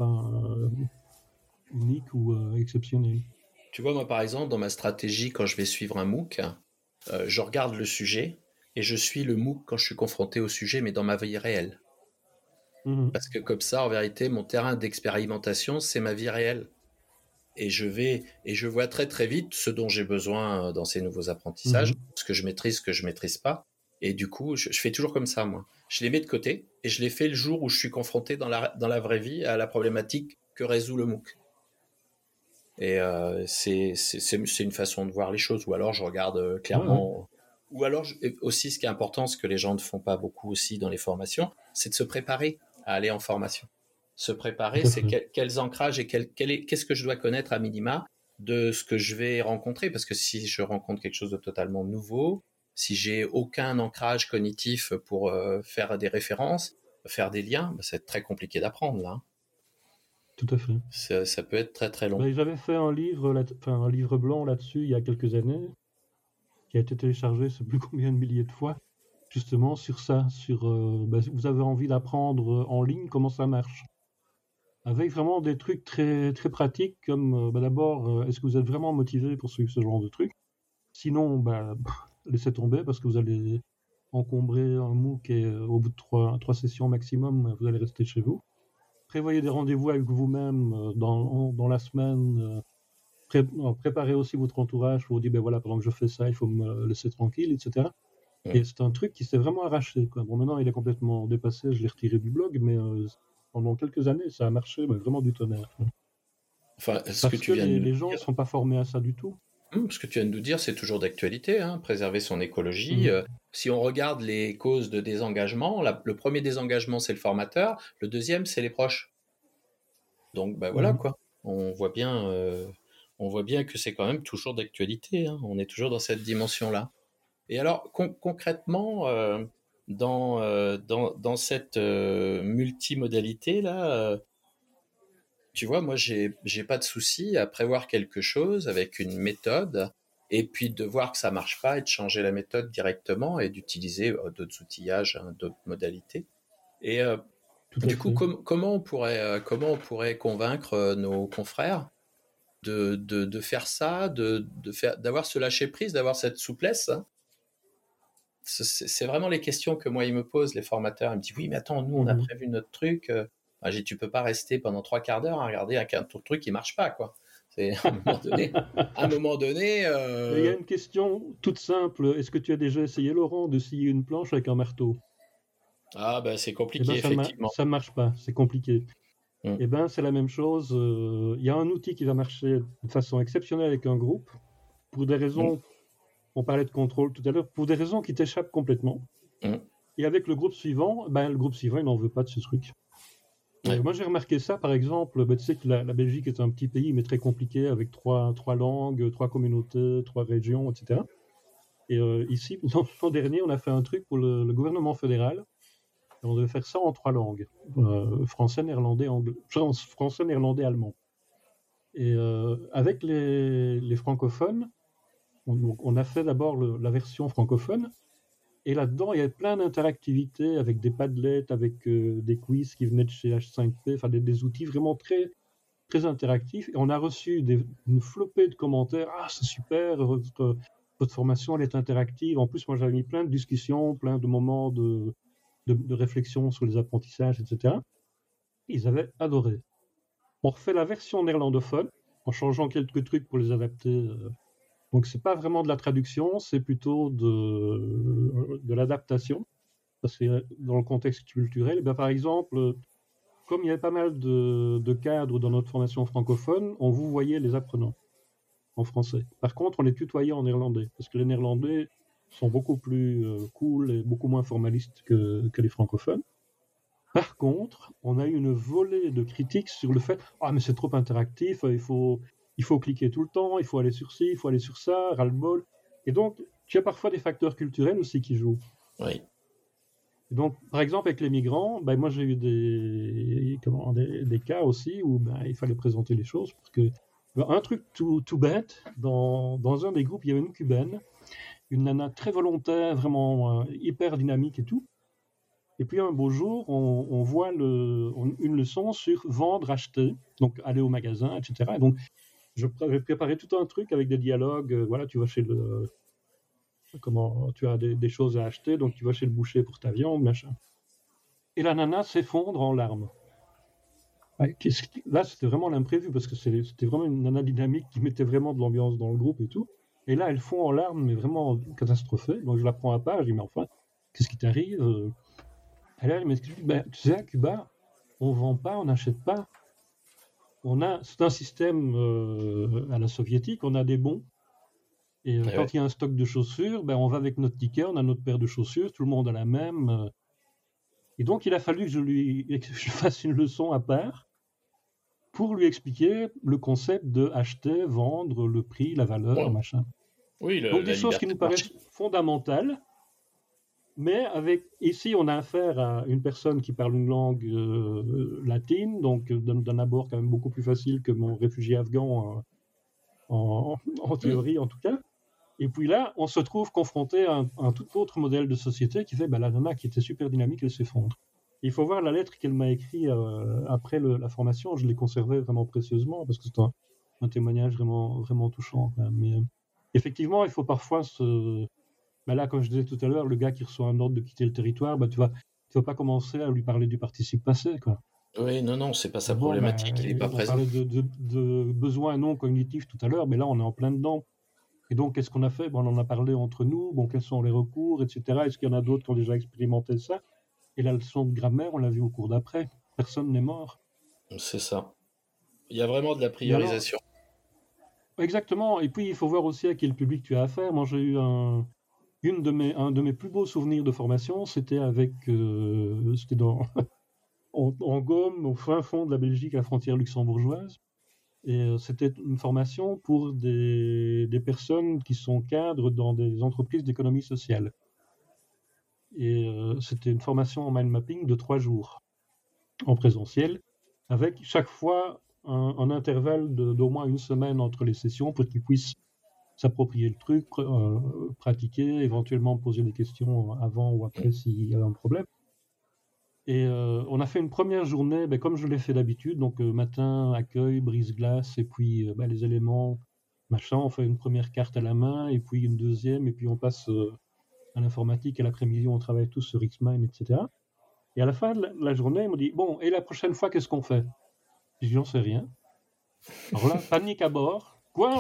uniques ou exceptionnels. Tu vois, moi, par exemple, dans ma stratégie, quand je vais suivre un MOOC, je regarde le sujet et je suis le MOOC quand je suis confronté au sujet, mais dans ma vie réelle. Parce que comme ça, en vérité, mon terrain d'expérimentation, c'est ma vie réelle. Et je vois très très vite ce dont j'ai besoin dans ces nouveaux apprentissages, ce que je maîtrise pas. Et du coup, je fais toujours comme ça, moi. Je les mets de côté et je les fais le jour où je suis confronté dans la vraie vie à la problématique que résout le MOOC. Et c'est une façon de voir les choses. Ou alors je regarde clairement. Ou alors aussi, ce qui est important, ce que les gens ne font pas beaucoup aussi dans les formations, c'est de se préparer à aller en formation. Se préparer, c'est quels ancrages et qu'est-ce que je dois connaître à minima de ce que je vais rencontrer. Parce que si je rencontre quelque chose de totalement nouveau, si j'ai aucun ancrage cognitif pour faire des références, faire des liens, c'est très compliqué d'apprendre là. Tout à fait. Ça peut être très très long. J'avais fait un livre blanc là-dessus il y a quelques années, qui a été téléchargé, je ne sais plus combien de milliers de fois, justement sur ça, vous avez envie d'apprendre en ligne comment ça marche. Avec vraiment des trucs très, très pratiques, comme d'abord, est-ce que vous êtes vraiment motivé pour suivre ce genre de trucs? Sinon, laissez tomber parce que vous allez encombrer un MOOC et au bout de trois sessions maximum, vous allez rester chez vous. Prévoyez des rendez-vous avec vous-même dans la semaine. Préparez aussi votre entourage pour vous dire, voilà, pendant que je fais ça, il faut me laisser tranquille, etc. Et c'est un truc qui s'est vraiment arraché, quoi. Bon, maintenant, il est complètement dépassé, je l'ai retiré du blog, mais pendant quelques années, ça a marché, vraiment du tonnerre. Enfin, parce que les gens ne sont pas formés à ça du tout. Ce que tu viens de nous dire, c'est toujours d'actualité, hein, préserver son écologie. Si on regarde les causes de désengagement, le premier désengagement, c'est le formateur, le deuxième, c'est les proches. Donc, voilà, quoi. On voit bien que c'est quand même toujours d'actualité, hein. On est toujours dans cette dimension-là. Et alors, concrètement, dans cette multimodalité-là, tu vois, moi, j'ai pas de souci à prévoir quelque chose avec une méthode et puis de voir que ça marche pas et de changer la méthode directement et d'utiliser d'autres outillages, hein, d'autres modalités. Et du coup, comment on pourrait convaincre nos confrères de faire ça, d'avoir ce lâcher prise, d'avoir cette souplesse, hein. C'est vraiment les questions que moi ils me posent, les formateurs. Ils me disent oui, mais attends, nous on a prévu notre truc. Tu peux pas rester pendant 3 quarts d'heure à regarder un truc qui marche pas, quoi. C'est à un moment donné. Il y a une question toute simple. Est-ce que tu as déjà essayé, Laurent, de scier une planche avec un marteau? Ah c'est compliqué, effectivement. Ça marche pas, c'est compliqué. C'est la même chose. Il y a un outil qui va marcher de façon exceptionnelle avec un groupe pour des raisons. On parlait de contrôle tout à l'heure, pour des raisons qui t'échappent complètement. Et avec le groupe suivant, il n'en veut pas de ce truc. Moi, j'ai remarqué ça, par exemple, tu sais que la Belgique est un petit pays, mais très compliqué, avec trois langues, 3 communautés, 3 régions, etc. Et ici, l'an dernier, on a fait un truc pour le gouvernement fédéral. Et on devait faire ça en 3 langues. Français, néerlandais, français, néerlandais, allemand. Et avec les francophones, on a fait d'abord la version francophone, et là-dedans, il y avait plein d'interactivités avec des Padlet, avec des quiz qui venaient de chez H5P, enfin des outils vraiment très, très interactifs. Et on a reçu une flopée de commentaires. Ah, c'est super, votre formation, elle est interactive. En plus, moi, j'avais mis plein de discussions, plein de moments de réflexion sur les apprentissages, etc. Ils avaient adoré. On refait la version néerlandophone, en changeant quelques trucs pour les adapter. Donc, c'est pas vraiment de la traduction, c'est plutôt de l'adaptation. Parce que dans le contexte culturel, par exemple, comme il y avait pas mal de cadres dans notre formation francophone, on vous voyait les apprenants en français. Par contre, on les tutoyait en néerlandais, parce que les néerlandais sont beaucoup plus cool et beaucoup moins formalistes que les francophones. Par contre, on a eu une volée de critiques sur le fait « Ah, mais c'est trop interactif, il faut cliquer tout le temps, il faut aller sur ci, il faut aller sur ça, ras-le-bol. » Et donc, tu as parfois des facteurs culturels aussi qui jouent. Oui. Et donc, par exemple, avec les migrants, moi j'ai eu des cas aussi où il fallait présenter les choses. Parce que, un truc tout bête, dans un des groupes, il y avait une cubaine, une nana très volontaire, vraiment hyper dynamique et tout. Et puis un beau jour, on voit une leçon sur vendre, acheter, donc aller au magasin, etc. Et donc, j'avais préparé tout un truc avec des dialogues. Voilà, tu vas chez tu as des choses à acheter, donc tu vas chez le boucher pour ta viande, machin. Et la nana s'effondre en larmes. Là, c'était vraiment l'imprévu, parce que c'était vraiment une nana dynamique qui mettait vraiment de l'ambiance dans le groupe et tout. Et là, elle fond en larmes, mais vraiment catastrophée. Donc, je la prends à part, je dis, mais enfin, qu'est-ce qui t'arrive? Elle m'explique, tu sais, à Cuba, on vend pas, on n'achète pas. c'est un système à la soviétique, on a des bons. Et quand il y a un stock de chaussures, on va avec notre ticket, on a notre paire de chaussures, tout le monde a la même. Et donc, il a fallu que je fasse une leçon à part pour lui expliquer le concept de acheter, vendre, le prix, la valeur, machin. Oui, donc, des choses qui nous paraissent fondamentales, mais ici, on a affaire à une personne qui parle une langue latine, donc d'un abord quand même beaucoup plus facile que mon réfugié afghan en théorie, en tout cas. Et puis là, on se trouve confronté à un tout autre modèle de société qui fait la nana qui était super dynamique, elle s'effondre. Il faut voir la lettre qu'elle m'a écrite après la formation. Je l'ai conservée vraiment précieusement parce que c'est un témoignage vraiment, vraiment touchant. Mais effectivement, il faut parfois là, comme je disais tout à l'heure, le gars qui reçoit un ordre de quitter le territoire, tu vas pas commencer à lui parler du participe passé, quoi. Oui, non, c'est pas sa problématique, il n'est pas présent. On parlait de besoins non cognitifs tout à l'heure, mais là, on est en plein dedans. Et donc, qu'est-ce qu'on a fait ? On en a parlé entre nous. Quels sont les recours, etc. Est-ce qu'il y en a d'autres qui ont déjà expérimenté ça ? Et la leçon de grammaire, on l'a vu au cours d'après. Personne n'est mort. C'est ça. Il y a vraiment de la priorisation. Exactement. Et puis, il faut voir aussi à quel public tu as affaire. Moi, j'ai eu un de mes plus beaux souvenirs de formation. C'était c'était en Gaume, au fin fond de la Belgique, à la frontière luxembourgeoise. Et c'était une formation pour des personnes qui sont cadres dans des entreprises d'économie sociale. Et c'était une formation en mind mapping de 3 jours en présentiel, avec chaque fois un intervalle d'au moins une semaine entre les sessions pour qu'ils puissent s'approprier le truc, pratiquer, éventuellement poser des questions avant ou après s'il y avait un problème. Et on a fait une première journée, comme je l'ai fait d'habitude, donc matin, accueil, brise-glace, et puis les éléments, machin, on fait une première carte à la main, et puis une deuxième, et puis on passe à l'informatique, et l'après-midi, on travaille tous sur X-Mine, etc. Et à la fin de la journée, ils m'ont dit, bon, et la prochaine fois, qu'est-ce qu'on fait ? Je dis, j'en sais rien. Alors là, panique à bord. Quoi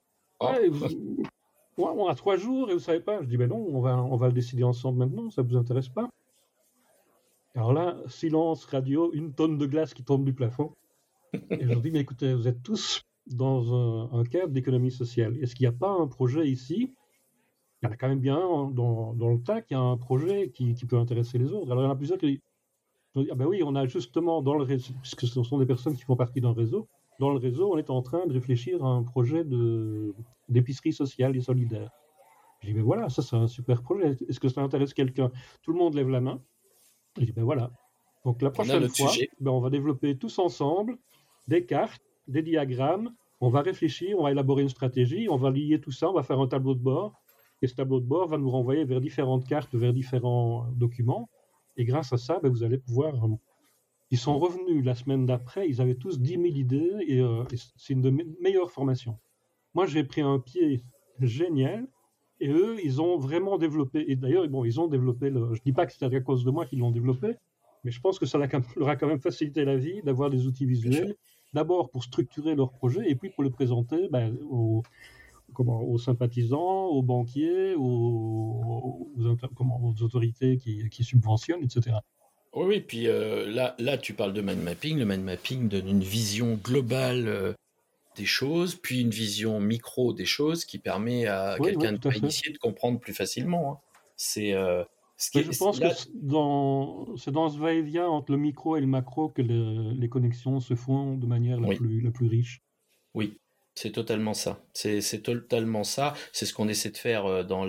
on a 3 jours, et vous savez pas ? Je dis, non, on va le décider ensemble maintenant, ça vous intéresse pas ? Alors là, silence radio, une tonne de glace qui tombe du plafond. Et je leur dis, mais écoutez, vous êtes tous dans un cadre d'économie sociale. Est-ce qu'il n'y a pas un projet ici ? Il y en a quand même bien dans le tas qu'il y a un projet qui peut intéresser les autres. Alors il y en a plusieurs qui disent, oui, on a justement dans le réseau, puisque ce sont des personnes qui font partie d'un réseau, dans le réseau, on est en train de réfléchir à un projet d'épicerie sociale et solidaire. Je dis, mais voilà, ça c'est un super projet. Est-ce que ça intéresse quelqu'un ? Tout le monde lève la main. Je dis, voilà. Donc la prochaine fois, on va développer tous ensemble des cartes, des diagrammes, on va réfléchir, on va élaborer une stratégie, on va lier tout ça, on va faire un tableau de bord, et ce tableau de bord va nous renvoyer vers différentes cartes, vers différents documents, et grâce à ça, vous allez pouvoir... Ils sont revenus la semaine d'après, ils avaient tous 10 000 idées, et c'est une de mes meilleures formations. Moi, j'ai pris un pied génial, et eux, ils ont vraiment développé, et d'ailleurs, ils ont développé, je ne dis pas que c'est à cause de moi qu'ils l'ont développé, mais je pense que ça leur a quand même facilité la vie d'avoir des outils visuels, d'abord pour structurer leur projet, et puis pour le présenter aux sympathisants, aux banquiers, aux autorités qui subventionnent, etc. Oui, puis là, tu parles de mind mapping. Le mind mapping donne une vision globale des choses, puis une vision micro des choses qui permet à quelqu'un de pas initié de comprendre plus facilement. Hein. Je pense que c'est dans ce va-et-vient entre le micro et le macro que les connexions se font de manière la plus riche. Oui, c'est totalement ça. C'est totalement ça. C'est ce qu'on essaie de faire dans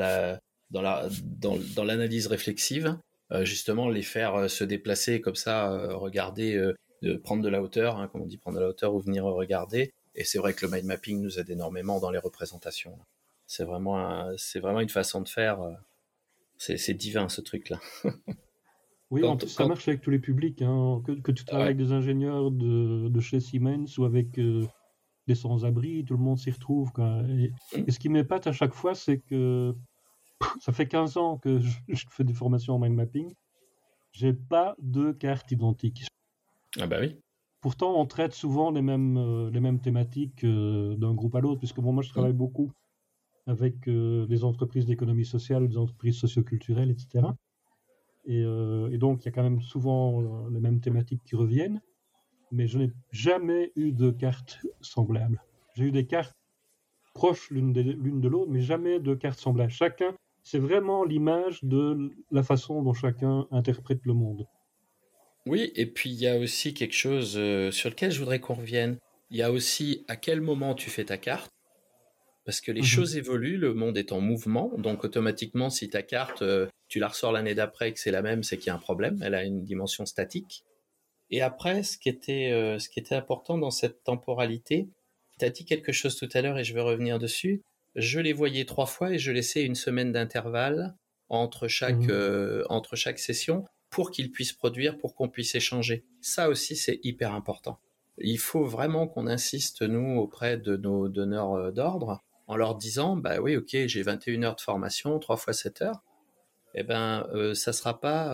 l'analyse réflexive. Justement, les faire se déplacer comme ça, regarder, prendre de la hauteur, hein, comme on dit, prendre de la hauteur ou venir regarder. Et c'est vrai que le mind mapping nous aide énormément dans les représentations. C'est vraiment une façon de faire. C'est divin, ce truc-là. Oui, en plus, ça marche avec tous les publics. Hein, que tu travailles avec des ingénieurs de chez Siemens ou avec des sans-abri, tout le monde s'y retrouve. Quoi. Et ce qui m'épate à chaque fois, c'est que ça fait 15 ans que je fais des formations en mind mapping. J'ai pas de carte identique. Ah bah oui. Pourtant, on traite souvent les mêmes thématiques d'un groupe à l'autre, puisque moi, je travaille beaucoup avec des entreprises d'économie sociale, des entreprises socioculturelles, etc. Et donc, il y a quand même souvent les mêmes thématiques qui reviennent. mais je n'ai jamais eu de cartes semblables. J'ai eu des cartes proches l'une de l'autre, mais jamais de cartes semblables. Chacun, c'est vraiment l'image de la façon dont chacun interprète le monde. Oui, et puis il y a aussi quelque chose sur lequel je voudrais qu'on revienne. Il y a aussi à quel moment tu fais ta carte, parce que les choses évoluent, le monde est en mouvement, donc automatiquement, si ta carte, tu la ressors l'année d'après et que c'est la même, c'est qu'il y a un problème, elle a une dimension statique. Et après, ce qui était important dans cette temporalité, tu as dit quelque chose tout à l'heure et je vais revenir dessus. Je les voyais 3 fois et je laissais une semaine d'intervalle entre chaque session pour qu'ils puissent produire, pour qu'on puisse échanger. Ça aussi, c'est hyper important. Il faut vraiment qu'on insiste, nous, auprès de nos donneurs d'ordre, en leur disant, bah oui, ok, j'ai 21 heures de formation, 3 fois 7 heures. Eh ben, ça sera pas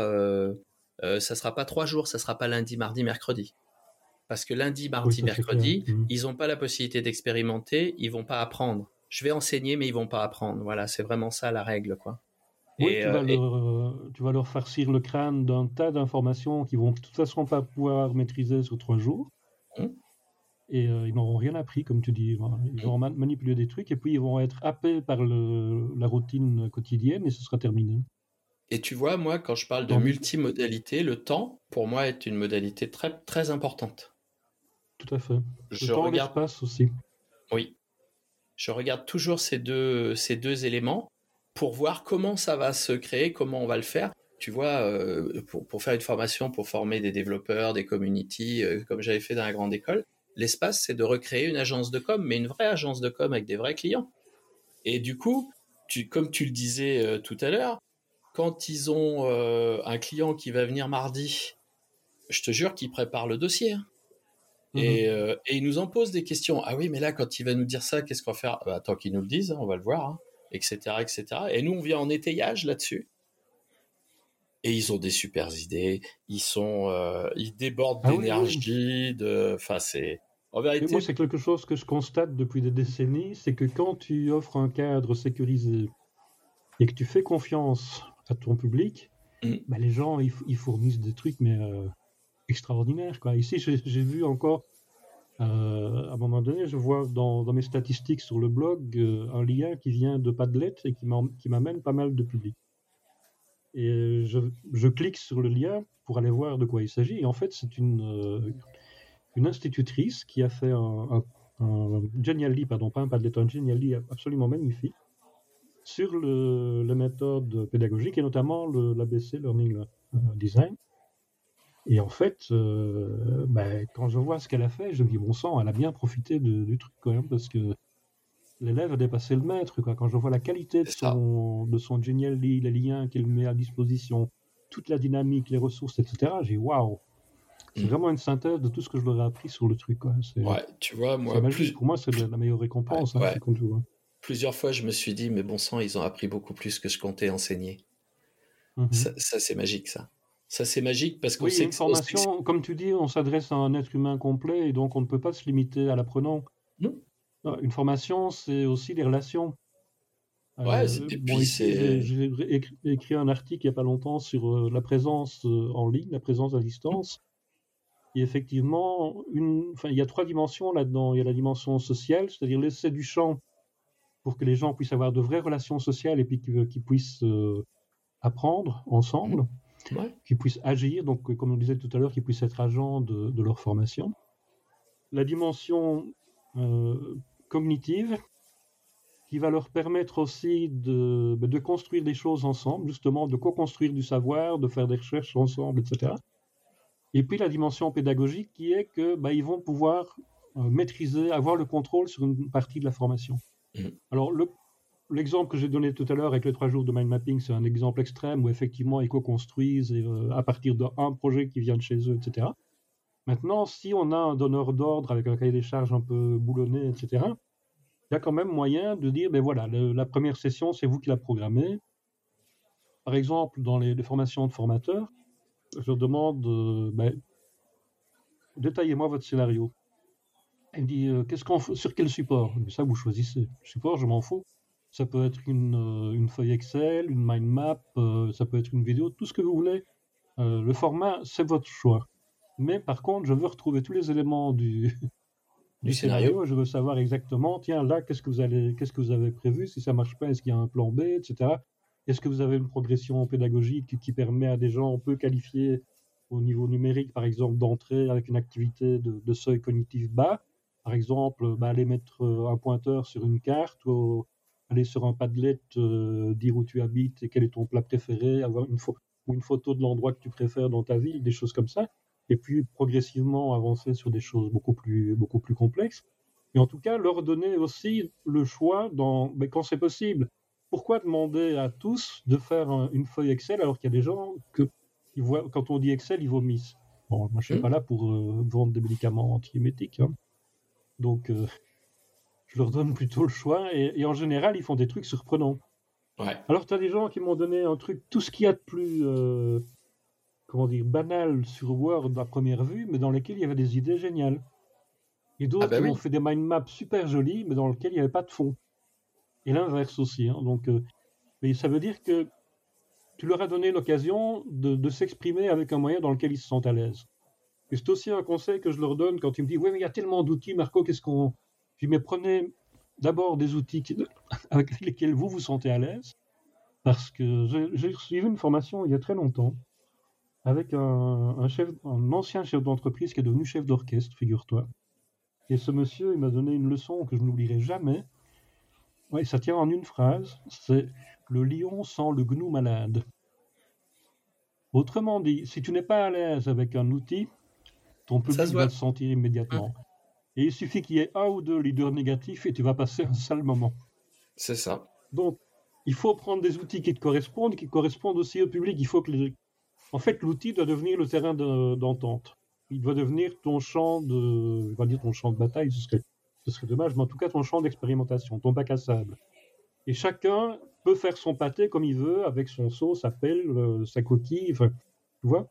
3 jours, ça sera pas lundi, mardi, mercredi. Parce que lundi, mardi, mercredi, ils n'ont pas la possibilité d'expérimenter, ils vont pas apprendre. Je vais enseigner, mais ils vont pas apprendre. Voilà, c'est vraiment ça la règle, quoi. Oui, tu vas leur farcir le crâne d'un tas d'informations qu'ils vont de toute façon pas pouvoir maîtriser sur 3 jours. Et ils n'auront rien appris, comme tu dis. Ils vont manipuler des trucs et puis ils vont être happés par la routine quotidienne et ce sera terminé. Et tu vois, moi, quand je parle de multimodalité, le temps, pour moi, est une modalité très, très importante. Tout à fait. Le temps, l'espace aussi. Oui. Je regarde toujours ces deux éléments pour voir comment ça va se créer, comment on va le faire. Tu vois, pour faire une formation, pour former des développeurs, des community, comme j'avais fait dans la grande école, l'espace, c'est de recréer une agence de com, mais une vraie agence de com avec des vrais clients. Et du coup, comme tu le disais tout à l'heure, quand ils ont un client qui va venir mardi, je te jure qu'ils préparent le dossier. Et ils nous en posent des questions. Ah oui, mais là, quand il va nous dire ça, qu'est-ce qu'on va faire? Attends qu'ils nous le disent, on va le voir, etc., etc. Et nous, on vient en étayage là-dessus. Et ils ont des super idées. Ils débordent d'énergie. Enfin, c'est en vérité. Et moi, c'est quelque chose que je constate depuis des décennies, c'est que quand tu offres un cadre sécurisé et que tu fais confiance à ton public, bah, les gens ils fournissent des trucs mais extraordinaires, quoi. Ici, j'ai vu encore à un moment donné, je vois dans mes statistiques sur le blog un lien qui vient de Padlet et qui m'amène pas mal de public. Et je clique sur le lien pour aller voir de quoi il s'agit. Et en fait, c'est une institutrice qui a fait un Genially, pardon, pas un Padlet, un Genially absolument magnifique sur les méthodes pédagogiques et notamment l'ABC, Learning Design. Et en fait, quand je vois ce qu'elle a fait, je me dis, bon sang, elle a bien profité du truc quand même, parce que l'élève a dépassé le maître, quoi. Quand je vois la qualité de son Genially, les liens qu'elle met à disposition, toute la dynamique, les ressources, etc., j'ai waouh! C'est vraiment une synthèse de tout ce que je leur ai appris sur le truc, quoi. Ouais, tu vois, moi, pour moi, c'est la meilleure récompense. Ouais. Comme tu vois. Plusieurs fois, je me suis dit, mais bon sang, ils ont appris beaucoup plus que je comptais enseigner. Ça, c'est magique, ça. Ça, c'est magique parce qu'on sait une formation, comme tu dis, on s'adresse à un être humain complet et donc on ne peut pas se limiter à l'apprenant. Non. Une formation, c'est aussi des relations. Ouais, j'ai écrit un article il n'y a pas longtemps sur la présence en ligne, la présence à distance. Et effectivement, il y a 3 dimensions là-dedans. Il y a la dimension sociale, c'est-à-dire laisser du champ pour que les gens puissent avoir de vraies relations sociales et puis qu'ils puissent apprendre ensemble, qu'ils puissent agir, donc comme on disait tout à l'heure, qu'ils puissent être agents de leur formation. La dimension cognitive, qui va leur permettre aussi de construire des choses ensemble, justement, de co-construire du savoir, de faire des recherches ensemble, etc. Et puis la dimension pédagogique qui est que ils vont pouvoir maîtriser, avoir le contrôle sur une partie de la formation. Alors l'exemple que j'ai donné tout à l'heure avec les 3 jours de mind mapping, c'est un exemple extrême où effectivement ils co-construisent à partir d'un projet qui vient de chez eux, etc. Maintenant, si on a un donneur d'ordre avec un cahier des charges un peu boulonné, etc., il y a quand même moyen de dire, voilà, la première session, c'est vous qui la programmez. Par exemple, dans les formations de formateurs, je leur demande, détaillez-moi votre scénario. Elle dit, sur quel support? Ça, vous choisissez. Le support, je m'en fous. Ça peut être une feuille Excel, une mind map, ça peut être une vidéo, tout ce que vous voulez. Le format, c'est votre choix. Mais par contre, je veux retrouver tous les éléments du Du scénario. scénario. Je veux savoir exactement, tiens, là, qu'est-ce que vous avez prévu? Si ça marche pas, est-ce qu'il y a un plan B, etc. Est-ce que vous avez une progression pédagogique qui permet à des gens peu qualifiés au niveau numérique, par exemple, d'entrer avec une activité de seuil cognitif bas? Par exemple, aller mettre un pointeur sur une carte ou aller sur un Padlet, dire où tu habites et quel est ton plat préféré, avoir ou une photo de l'endroit que tu préfères dans ta ville, des choses comme ça. Et puis progressivement avancer sur des choses beaucoup plus complexes. Et en tout cas, leur donner aussi le choix quand c'est possible. Pourquoi demander à tous de faire une feuille Excel alors qu'il y a des gens quand on dit Excel, ils vomissent. Bon, moi, je ne suis pas là pour vendre des médicaments antiémétiques. Hein. Donc, je leur donne plutôt le choix. Et en général, ils font des trucs surprenants. Ouais. Alors, tu as des gens qui m'ont donné un truc, tout ce qu'il y a de plus comment dire, banal sur Word à première vue, mais dans lesquels il y avait des idées géniales. Et Ah d'autres bah qui m'ont oui. fait des mind maps super jolies, mais dans lesquels il n'y avait pas de fond. Et l'inverse aussi. Hein. Donc, mais ça veut dire que tu leur as donné l'occasion de s'exprimer avec un moyen dans lequel ils se sentent à l'aise. Et c'est aussi un conseil que je leur donne quand ils me disent oui, mais il y a tellement d'outils, Marco, qu'est-ce qu'on. Je dis mais prenez d'abord des outils avec lesquels vous vous sentez à l'aise. Parce que j'ai suivi une formation il y a très longtemps avec un ancien chef d'entreprise qui est devenu chef d'orchestre, figure-toi. Et ce monsieur, il m'a donné une leçon que je n'oublierai jamais. Ouais, ça tient en une phrase. C'est le lion sent le gnou malade. Autrement dit, si tu n'es pas à l'aise avec un outil, ton Ça se public va le voit. sentir immédiatement. Et il suffit qu'il y ait un ou deux leaders négatifs et tu vas passer un sale moment. C'est ça. Donc, il faut prendre des outils qui correspondent aussi au public. En fait, l'outil doit devenir le terrain d'entente. Il doit devenir ton champ de, je vais pas dire ton champ de bataille, ce serait dommage, mais en tout cas ton champ d'expérimentation, ton bac à sable. Et chacun peut faire son pâté comme il veut, avec son seau, sa pelle, sa coquille, enfin, tu vois.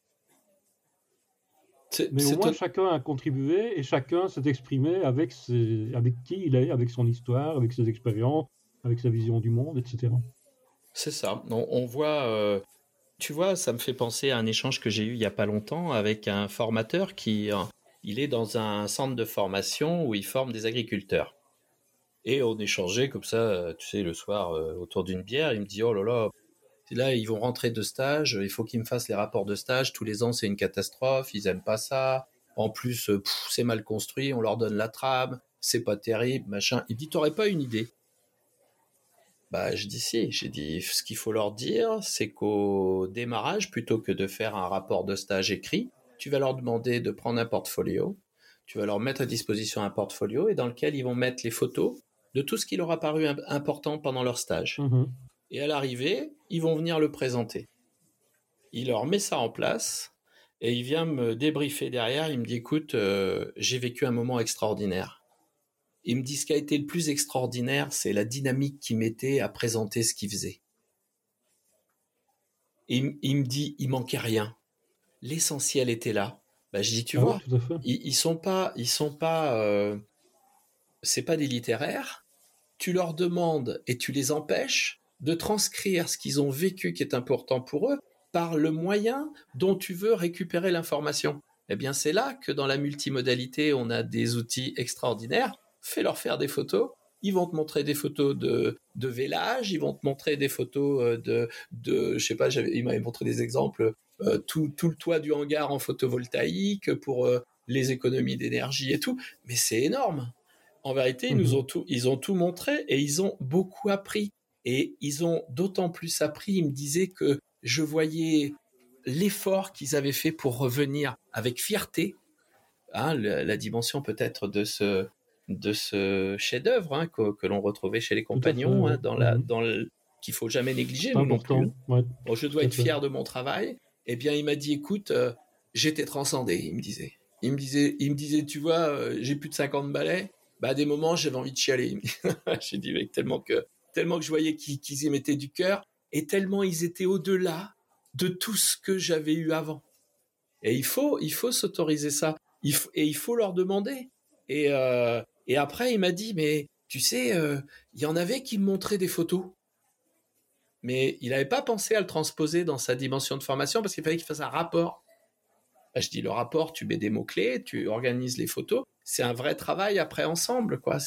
Mais au C'est moins chacun a contribué et chacun s'est exprimé avec qui il est, avec son histoire, avec ses expériences, avec sa vision du monde, etc. c'est ça. On voit, tu vois, ça me fait penser à un échange que j'ai eu il y a pas longtemps avec un formateur il est dans un centre de formation où il forme des agriculteurs. Et on échangeait comme ça, tu sais, le soir autour d'une bière. Il me dit, oh là, ils vont rentrer de stage, il faut qu'ils me fassent les rapports de stage. Tous les ans, c'est une catastrophe, ils aiment pas ça. En plus, c'est mal construit, on leur donne la trame, c'est pas terrible, machin. Il me dit, t'aurais pas une idée? Bah, je dis si. J'ai dit, ce qu'il faut leur dire, c'est qu'au démarrage, plutôt que de faire un rapport de stage écrit, tu vas leur demander de prendre un portfolio. Tu vas leur mettre à disposition un portfolio et dans lequel ils vont mettre les photos de tout ce qui leur a paru important pendant leur stage. Mhm. Et à l'arrivée, ils vont venir le présenter. Il leur met ça en place et il vient me débriefer derrière. Il me dit, écoute, j'ai vécu un moment extraordinaire. Il me dit, ce qui a été le plus extraordinaire, c'est la dynamique qu'il mettait à présenter ce qu'il faisait. Il me dit, il manquait rien. L'essentiel était là. Bah, je dis, tu Ah oui, vois, tout à fait. ils sont pas, c'est pas des littéraires. Tu leur demandes et tu les empêches de transcrire ce qu'ils ont vécu qui est important pour eux par le moyen dont tu veux récupérer l'information. Eh bien, c'est là que dans la multimodalité, on a des outils extraordinaires. Fais-leur faire des photos. Ils vont te montrer des photos de vélage, ils vont te montrer des photos je sais pas, il m'avait montré des exemples, tout le toit du hangar en photovoltaïque pour les économies d'énergie et tout. Mais c'est énorme. En vérité, Mhm. ils ont tout montré et ils ont beaucoup appris. Et ils ont d'autant plus appris, ils me disaient que je voyais l'effort qu'ils avaient fait pour revenir avec fierté, hein, la dimension peut-être de ce chef-d'œuvre hein, que l'on retrouvait chez les Tout à fait, compagnons, oui. hein, Mhm. qu'il faut jamais négliger, C'est nous non plus. important, ouais, Bon, je dois tout à être fait. fier de mon travail. Eh bien, il m'a dit, écoute, j'étais transcendé, il me disait. Il me disait, tu vois, j'ai plus de 50 balais. Bah, à des moments, j'avais envie de chialer. J'ai dit, mec, tellement que je voyais qu'ils y mettaient du cœur et tellement ils étaient au-delà de tout ce que j'avais eu avant. Et il faut s'autoriser ça. Et il faut leur demander. Et après, il m'a dit, mais tu sais, il y en avait qui me montraient des photos mais il n'avait pas pensé à le transposer dans sa dimension de formation parce qu'il fallait qu'il fasse un rapport. Je dis le rapport, tu mets des mots-clés, tu organises les photos. C'est un vrai travail après ensemble, quoi.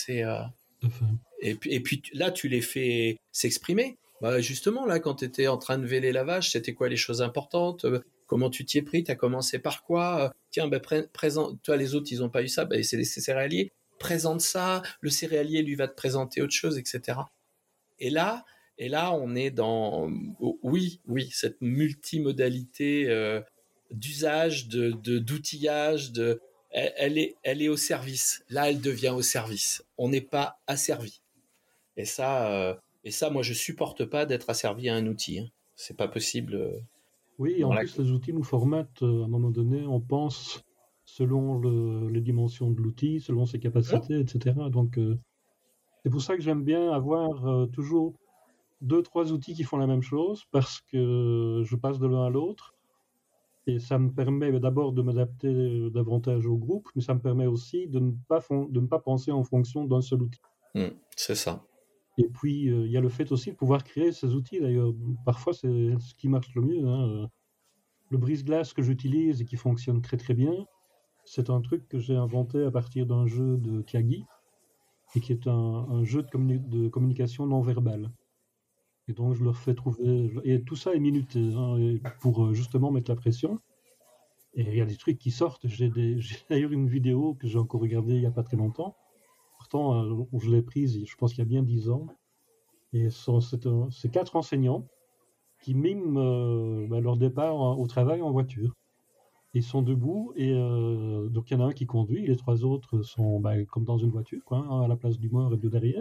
Et puis là, tu les fais s'exprimer. Justement, là, quand tu étais en train de véler la vache, c'était quoi les choses importantes? Comment tu t'y es pris? Tu as commencé par quoi? Tiens, présente. Toi, les autres, ils n'ont pas eu ça. C'est les céréaliers. Présente ça. Le céréalier, lui, va te présenter autre chose, etc. Et là, on est dans, oui, cette multimodalité d'usage, d'outillage, elle est au service. Là, elle devient au service. On n'est pas asservi. Et ça, moi, je supporte pas d'être asservi à un outil. Hein. C'est pas possible. Oui, en plus, les outils nous formatent. À un moment donné, on pense selon les dimensions de l'outil, selon ses capacités, etc. Donc, c'est pour ça que j'aime bien avoir toujours 2-3 outils qui font la même chose, parce que je passe de l'un à l'autre. Et ça me permet d'abord de m'adapter davantage au groupe, mais ça me permet aussi de ne pas penser en fonction d'un seul outil. C'est ça. Et puis, il y a le fait aussi de pouvoir créer ces outils, d'ailleurs. Parfois, c'est ce qui marche le mieux. Hein. Le brise-glace que j'utilise et qui fonctionne très très bien, c'est un truc que j'ai inventé à partir d'un jeu de Tyagi, et qui est un jeu de communication non verbale. Et donc, je leur fais trouver... Et tout ça est minuté, hein, pour justement mettre la pression. Et il y a des trucs qui sortent. J'ai d'ailleurs une vidéo que j'ai encore regardée il n'y a pas très longtemps. Pourtant, je l'ai prise, je pense qu'il y a bien 10 ans. Et c'est 4 enseignants qui miment leur départ au travail en voiture. Ils sont debout, et donc il y en a un qui conduit, les 3 autres sont comme dans une voiture, quoi, hein, à la place du mort et de derrière.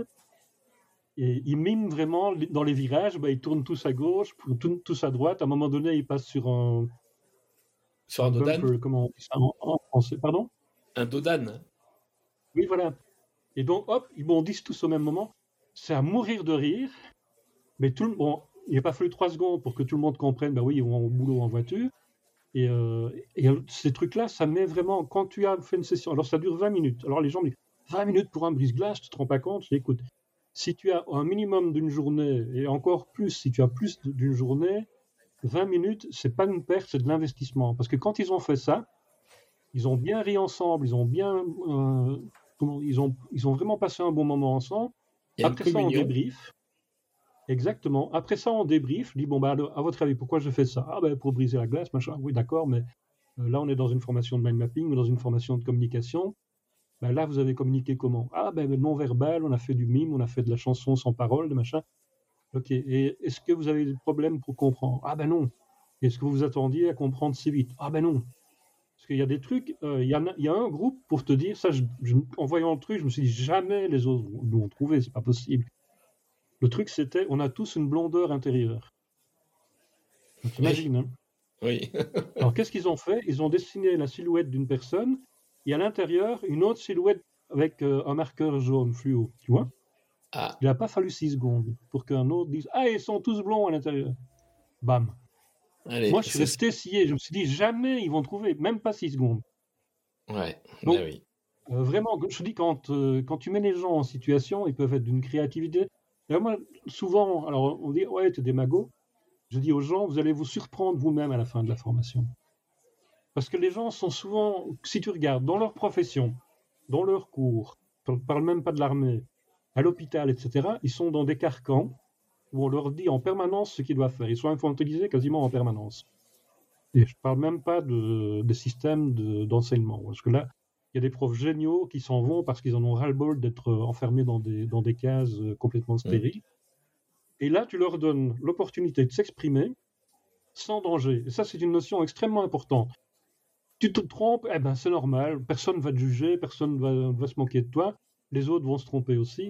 Et ils miment vraiment dans les virages, ils tournent tous à gauche, tournent tous à droite. À un moment donné, ils passent sur un dodan bumper, comment on dit ça en français, pardon? Un dodan. Oui, voilà. Et donc, hop, ils bondissent tous au même moment. C'est à mourir de rire. Mais il n'a pas fallu 3 secondes pour que tout le monde comprenne, oui, ils vont au boulot en voiture. Et ces trucs-là, ça met vraiment... Quand tu as fait une session... Alors, ça dure 20 minutes. Alors, les gens me disent, 20 minutes pour un brise-glace, tu te rends pas compte? Je dis, écoute, si tu as un minimum d'une journée, et encore plus, si tu as plus d'une journée, 20 minutes, c'est pas une perte, c'est de l'investissement. Parce que quand ils ont fait ça, ils ont bien ri ensemble, ils ont bien... ils ont vraiment passé un bon moment ensemble. Après ça, on débrief. Exactement. Après ça, on débrief. Je dis, à votre avis, pourquoi je fais ça? Pour briser la glace, machin. Oui, d'accord, mais là, on est dans une formation de mind mapping, ou dans une formation de communication. Là, vous avez communiqué comment? Non-verbal, on a fait du mime, on a fait de la chanson sans parole, de machin. Ok. Et est-ce que vous avez des problèmes pour comprendre? Non. Est-ce que vous vous attendiez à comprendre si vite? Non. Parce qu'il y a des trucs, il y a un groupe pour te dire, ça, en voyant le truc, je me suis dit, jamais les autres l'ont trouvé, c'est pas possible. Le truc, c'était, on a tous une blondeur intérieure. T'imagines, hein? Oui. Alors, qu'est-ce qu'ils ont fait? Ils ont dessiné la silhouette d'une personne, et à l'intérieur, une autre silhouette avec un marqueur jaune fluo, tu vois? Il n'a pas fallu 6 secondes pour qu'un autre dise, ils sont tous blonds à l'intérieur. Bam. Allez, moi, je suis resté scié. Je me suis dit, jamais ils vont trouver, même pas 6 secondes. Ouais, donc, oui. Vraiment, je dis, quand tu mets les gens en situation, ils peuvent être d'une créativité. D'ailleurs, moi, souvent, alors on dit, ouais, tu es démago. Je dis aux gens, vous allez vous surprendre vous-même à la fin de la formation. Parce que les gens sont souvent, si tu regardes, dans leur profession, dans leur cours, on ne parle même pas de l'armée, à l'hôpital, etc., ils sont dans des carcans où on leur dit en permanence ce qu'ils doivent faire. Ils sont infantilisés quasiment en permanence. Et je ne parle même pas des systèmes d'enseignement. Parce que là, il y a des profs géniaux qui s'en vont parce qu'ils en ont ras-le-bol d'être enfermés dans des cases complètement stériles. Et là, tu leur donnes l'opportunité de s'exprimer sans danger. Et ça, c'est une notion extrêmement importante. Tu te trompes, c'est normal. Personne ne va te juger, personne ne va se moquer de toi. Les autres vont se tromper aussi.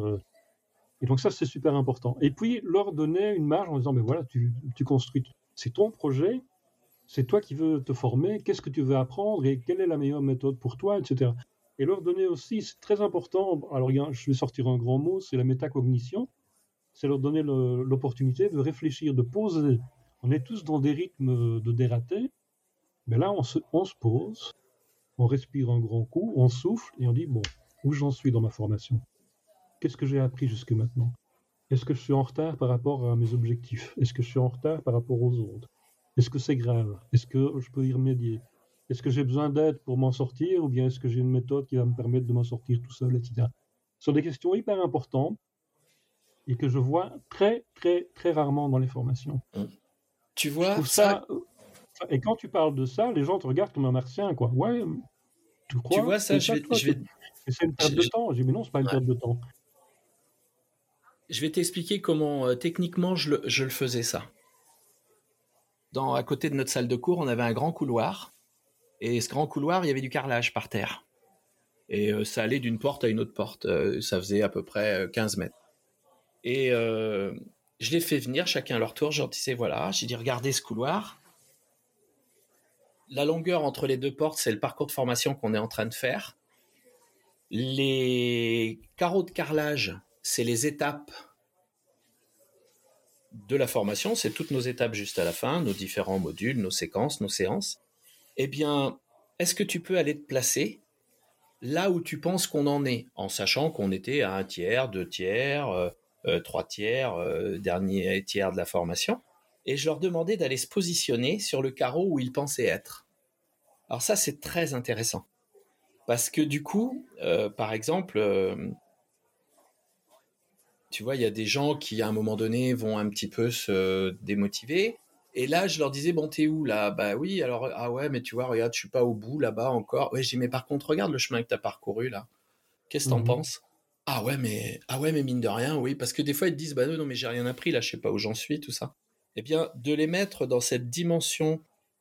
Et donc ça, c'est super important. Et puis, leur donner une marge en disant, voilà, tu construis. C'est ton projet. C'est toi qui veux te former, qu'est-ce que tu veux apprendre et quelle est la meilleure méthode pour toi, etc. Et leur donner aussi, c'est très important, alors je vais sortir un grand mot, c'est la métacognition, c'est leur donner l'opportunité de réfléchir, de poser. On est tous dans des rythmes de dératé, mais là on se pose, on respire un grand coup, on souffle et on dit, où j'en suis dans ma formation? Qu'est-ce que j'ai appris jusque maintenant? Est-ce que je suis en retard par rapport à mes objectifs? Est-ce que je suis en retard par rapport aux autres? Est-ce que c'est grave? Est-ce que je peux y remédier? Est-ce que j'ai besoin d'aide pour m'en sortir ou bien est-ce que j'ai une méthode qui va me permettre de m'en sortir tout seul, etc. Ce sont des questions hyper importantes et que je vois très, très, très rarement dans les formations. Tu Je vois, trouve ça... Et quand tu parles de ça, les gens te regardent comme un martien, quoi. Ouais, tu tu crois? vois ça, C'est ça, toi? Et c'est une perte de temps. J'ai dit, mais non, c'est pas une perte de temps. Je vais t'expliquer comment techniquement je le faisais ça. À côté de notre salle de cours, on avait un grand couloir. Et ce grand couloir, il y avait du carrelage par terre. Et ça allait d'une porte à une autre porte. Ça faisait à peu près 15 mètres. Et je les fais venir, chacun à leur tour. Je leur disais, voilà, j'ai dit, regardez ce couloir. La longueur entre les deux portes, c'est le parcours de formation qu'on est en train de faire. Les carreaux de carrelage, c'est les étapes de la formation. C'est toutes nos étapes juste à la fin, nos différents modules, nos séquences, nos séances. Eh bien, est-ce que tu peux aller te placer là où tu penses qu'on en est, en sachant qu'on était à 1/3, 2/3, 3/3, dernier tiers de la formation. Et je leur demandais d'aller se positionner sur le carreau où ils pensaient être. Alors ça, c'est très intéressant. Parce que du coup, par exemple, tu vois, il y a des gens qui, à un moment donné, vont un petit peu se démotiver. Et là, je leur disais, bon, t'es où là? Bah oui, alors, ah ouais, mais tu vois, regarde, je suis pas au bout là-bas encore. Ouais, je dis, mais par contre, regarde le chemin que t'as parcouru là. Qu'est-ce que t'en penses? Ah ouais, mais mine de rien, oui, parce que des fois ils te disent, bah non, mais j'ai rien appris là, je sais pas où j'en suis, tout ça. Eh bien, de les mettre dans cette dimension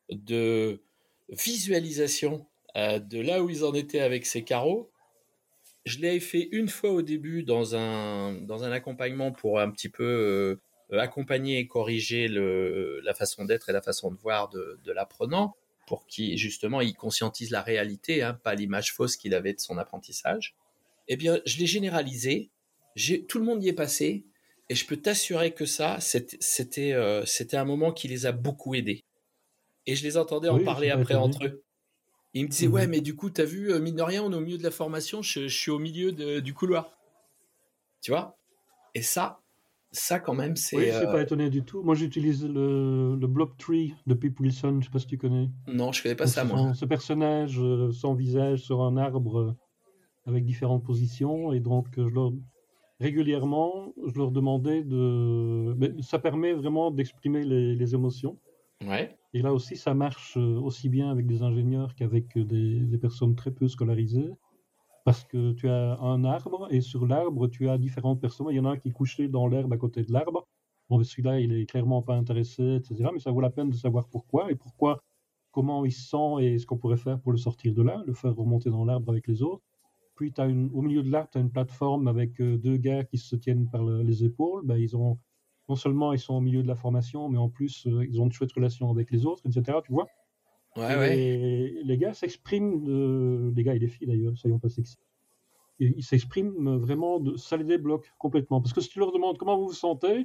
de visualisation de là où ils en étaient avec ces carreaux, je l'ai fait une fois au début dans un accompagnement pour un petit peu accompagner et corriger la façon d'être et la façon de voir de l'apprenant, pour qu'il justement il conscientise la réalité, hein, pas l'image fausse qu'il avait de son apprentissage. Eh bien, je l'ai généralisé. Tout le monde y est passé. Et je peux t'assurer que ça, c'était un moment qui les a beaucoup aidés. Et je les entendais en Oui, je parler suis pas après étonné. entre eux. Ils me disaient, ouais, mais du coup, t'as vu, mine de rien, on est au milieu de la formation, je suis au milieu du couloir. Tu vois? Et ça quand même, Oui, c'est... je suis pas étonné du tout. Moi, j'utilise le Blob Tree de Pip Wilson. Je sais pas si tu connais. Non, je connais pas Donc, ça, ce moi. sont ce personnage sans visage sur un arbre avec différentes positions. Et donc, régulièrement, je leur demandais de... Mais ça permet vraiment d'exprimer les émotions. Ouais. Et là aussi, ça marche aussi bien avec des ingénieurs qu'avec des personnes très peu scolarisées. Parce que tu as un arbre et sur l'arbre, tu as différentes personnes. Il y en a un qui est couché dans l'herbe à côté de l'arbre. Bon, celui-là, il est clairement pas intéressé, etc. Mais ça vaut la peine de savoir pourquoi et comment il se sent et ce qu'on pourrait faire pour le sortir de là, le faire remonter dans l'arbre avec les autres. Puis, au milieu de l'arbre, tu as une plateforme avec deux gars qui se tiennent par les épaules. Ben, non seulement ils sont au milieu de la formation, mais en plus, ils ont de chouettes relations avec les autres, etc. Tu vois? Ouais, Et ouais. les gars s'expriment, les gars et les filles d'ailleurs, soyons pas sexy. Ils s'expriment vraiment, ça les débloque complètement. Parce que si tu leur demandes comment vous vous sentez,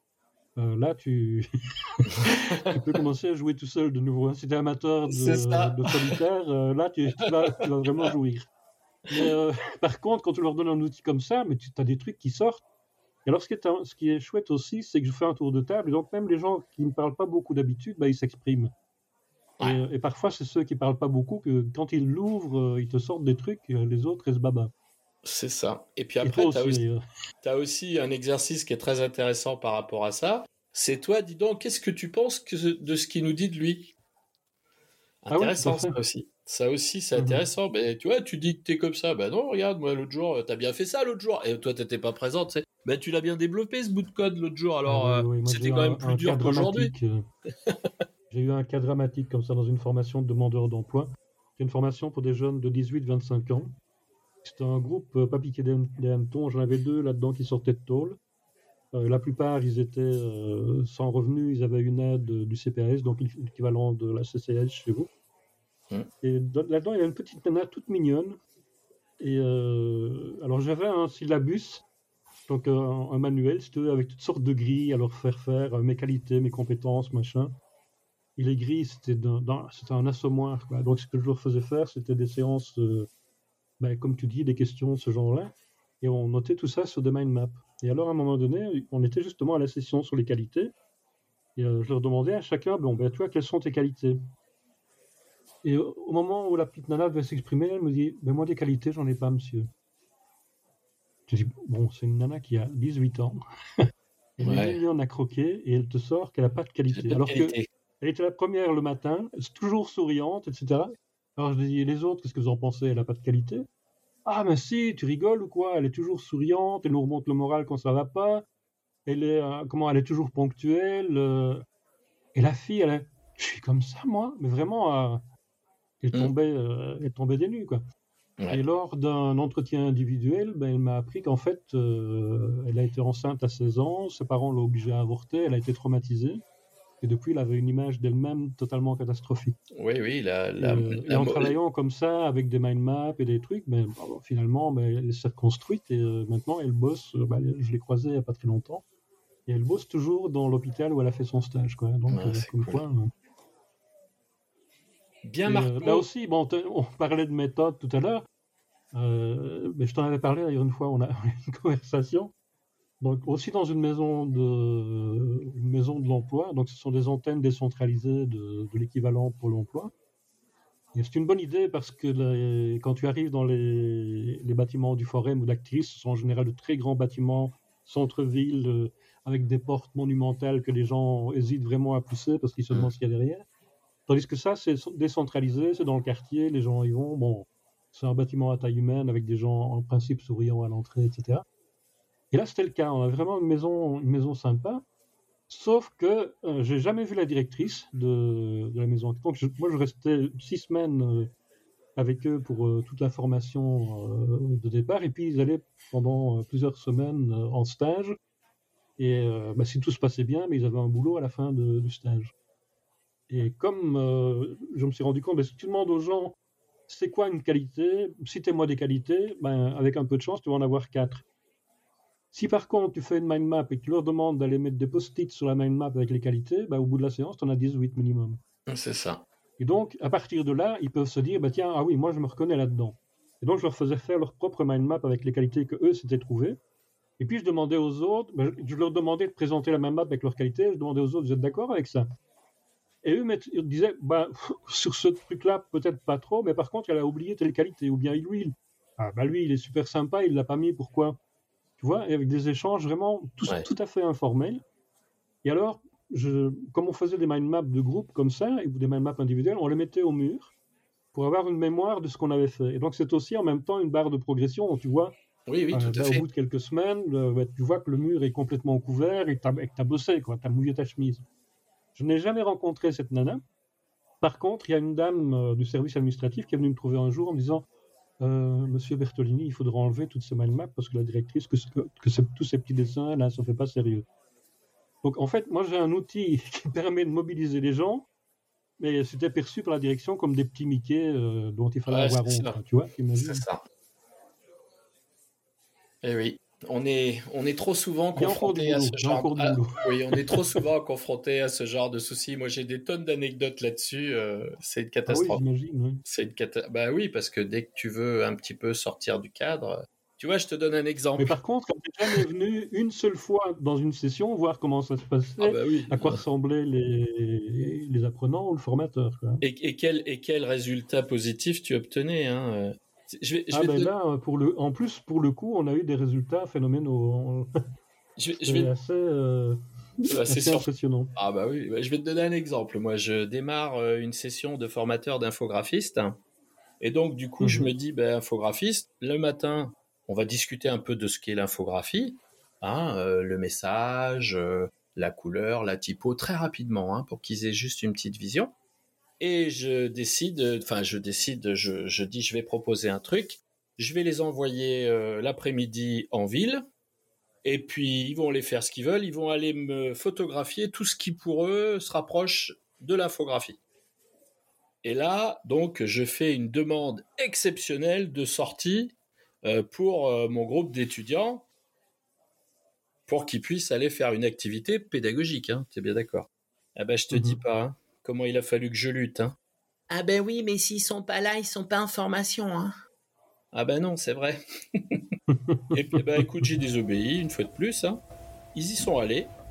là, tu peux commencer à jouer tout seul de nouveau. Hein. Si tu es amateur C'est ça. de solitaire, là, tu vas vraiment jouir. Mais par contre, quand tu leur donnes un outil comme ça, mais tu as des trucs qui sortent. Et alors, ce qui est chouette aussi, c'est que je fais un tour de table. Et donc, même les gens qui ne parlent pas beaucoup d'habitude, bah, ils s'expriment. Ouais. Et parfois, c'est ceux qui ne parlent pas beaucoup que quand ils l'ouvrent, ils te sortent des trucs, les autres restent baba. C'est ça. Et puis Et toi après, aussi, d'ailleurs. tu as aussi un exercice qui est très intéressant par rapport à ça. C'est toi, dis donc, qu'est-ce que tu penses de ce qu'il nous dit de lui? Ah oui, tout à Intéressant, ça fait. aussi. Ça aussi, c'est Mhm. intéressant. Mais tu vois, tu dis que t'es comme ça. Ben non, regarde, moi, l'autre jour, t'as bien fait ça l'autre jour. Et toi, t'étais pas présente, tu sais. Ben, tu l'as bien développé, ce bout de code, l'autre jour. Ah Alors, oui, oui, moi j'ai c'était eu quand même plus un cas dur qu'aujourd'hui. dramatique. J'ai eu un cas dramatique comme ça dans une formation de demandeurs d'emploi. C'est une formation pour des jeunes de 18-25 ans. C'était un groupe pas piqué des hannetons. J'en avais deux là-dedans qui sortaient de tôle. La plupart, ils étaient sans revenus. Ils avaient une aide du CPAS, donc l'équivalent de la CCS chez vous. Et là-dedans, il y a une petite nana toute mignonne. Et alors j'avais un syllabus, donc un manuel, c'était avec toutes sortes de grilles à leur faire mes qualités, mes compétences, machin. Et les grilles, c'était un assommoir, quoi. Donc ce que je leur faisais faire, c'était des séances, comme tu dis, des questions de ce genre-là. Et on notait tout ça sur des mind maps. Et alors à un moment donné, on était justement à la session sur les qualités. Et je leur demandais à chacun, bon, ben, tu vois, quelles sont tes qualités? Et au moment où la petite nana devait s'exprimer, elle me dit « moi, des qualités, j'en ai pas, monsieur. » Je dis « Bon, c'est une nana qui a 18 ans. Elle est mignonne à croquer et elle te sort qu'elle n'a pas de qualité. » Alors qu'elle était la première le matin, toujours souriante, etc. Alors je dis « Les autres, qu'est-ce que vous en pensez? Elle n'a pas de qualité? » « Ah, mais si, tu rigoles ou quoi? Elle est toujours souriante, elle nous remonte le moral quand ça va pas. Elle est, elle est toujours ponctuelle. Et la fille, je suis comme ça, moi, mais vraiment, elle tombait des nues, quoi. Ouais. Et lors d'un entretien individuel, elle m'a appris qu'en fait, elle a été enceinte à 16 ans, ses parents l'ont obligée à avorter, elle a été traumatisée, et depuis, elle avait une image d'elle-même totalement catastrophique. Oui, Et en travaillant comme ça, avec des mind maps et des trucs, finalement, elle s'est reconstruite, et maintenant, elle bosse, je l'ai croisée il n'y a pas très longtemps, et elle bosse toujours dans l'hôpital où elle a fait son stage, quoi. Donc, comme cool. quoi... Bien marqué. Là aussi, on parlait de méthode tout à l'heure, mais je t'en avais parlé d'ailleurs une fois, on a eu une conversation. Donc aussi dans une maison de l'emploi, donc ce sont des antennes décentralisées de l'équivalent pour l'emploi. Et c'est une bonne idée parce que quand tu arrives dans les bâtiments du Forum ou d'Actis, ce sont en général de très grands bâtiments, centre-ville, avec des portes monumentales que les gens hésitent vraiment à pousser parce qu'ils se demandent ce qu'il y a derrière. Tandis que ça, c'est décentralisé, c'est dans le quartier, les gens y vont. Bon, c'est un bâtiment à taille humaine avec des gens en principe souriants à l'entrée, etc. Et là, c'était le cas. On a vraiment une maison sympa. Sauf que j'ai jamais vu la directrice de la maison. Donc, moi, je restais 6 semaines avec eux pour toute la formation de départ. Et puis, ils allaient pendant plusieurs semaines en stage. Et si tout se passait bien, mais ils avaient un boulot à la fin du stage. Et comme je me suis rendu compte, si tu demandes aux gens c'est quoi une qualité, citez-moi des qualités, avec un peu de chance, tu vas en avoir 4. Si par contre tu fais une mind map et que tu leur demandes d'aller mettre des post-it sur la mind map avec les qualités, au bout de la séance, tu en as 18 minimum. C'est ça. Et donc, à partir de là, ils peuvent se dire, tiens, ah oui, moi je me reconnais là-dedans. Et donc, je leur faisais faire leur propre mind map avec les qualités que eux s'étaient trouvées. Et puis, je demandais aux autres, je leur demandais de présenter la mind map avec leurs qualités, je demandais aux autres, vous êtes d'accord avec ça? Et eux ils disaient, sur ce truc-là, peut-être pas trop, mais par contre, elle a oublié telle qualité, ou bien lui, lui, il est super sympa, il l'a pas mis, pourquoi? Tu vois, et avec des échanges vraiment tout à fait informels. Et alors, comme on faisait des mind maps de groupe comme ça, ou des mind maps individuels, on les mettait au mur pour avoir une mémoire de ce qu'on avait fait. Et donc, c'est aussi en même temps une barre de progression, tu vois. Oui, tout à fait. Au bout de quelques semaines, tu vois que le mur est complètement couvert et que tu as bossé, tu as mouillé ta chemise. Je n'ai jamais rencontré cette nana. Par contre, il y a une dame du service administratif qui est venue me trouver un jour en me disant Monsieur Bertolini, il faudra enlever toutes ces mind maps parce que la directrice, que tous ces petits dessins, là, ça ne fait pas sérieux. Donc, en fait, moi, j'ai un outil qui permet de mobiliser les gens, mais c'était perçu par la direction comme des petits Mickey dont il fallait avoir honte. Tu vois, c'est ça. Eh oui. On est trop souvent confronté à ce genre oui, on est trop souvent confronté à ce genre de soucis. Moi, j'ai des tonnes d'anecdotes là-dessus. C'est une catastrophe. Ah oui, j'imagine. Oui. C'est oui, parce que dès que tu veux un petit peu sortir du cadre, tu vois, je te donne un exemple. Mais par contre, on n'est jamais venu une seule fois dans une session voir comment ça se passait, à quoi ressemblaient les apprenants ou le formateur. Quoi. Et quel résultat positif tu obtenais, hein là, en plus, pour le coup, on a eu des résultats phénoménaux. C'est assez impressionnant. Ah bah oui, je vais te donner un exemple. Moi, je démarre une session de formateur d'infographiste. Et donc, du coup, je me dis, infographiste, le matin, on va discuter un peu de ce qu'est l'infographie, le message, la couleur, la typo, très rapidement, pour qu'ils aient juste une petite vision. Et je dis, je vais proposer un truc, je vais les envoyer l'après-midi en ville, et puis ils vont aller faire ce qu'ils veulent, ils vont aller me photographier tout ce qui pour eux se rapproche de l'infographie. Et là, donc, je fais une demande exceptionnelle de sortie pour mon groupe d'étudiants pour qu'ils puissent aller faire une activité pédagogique, t'es bien d'accord? Ah je te dis pas, comment il a fallu que je lutte, Ah ben oui, mais s'ils sont pas là, ils sont pas en formation, Ah non, c'est vrai. Et puis, écoute, j'ai désobéi une fois de plus, Ils y sont allés.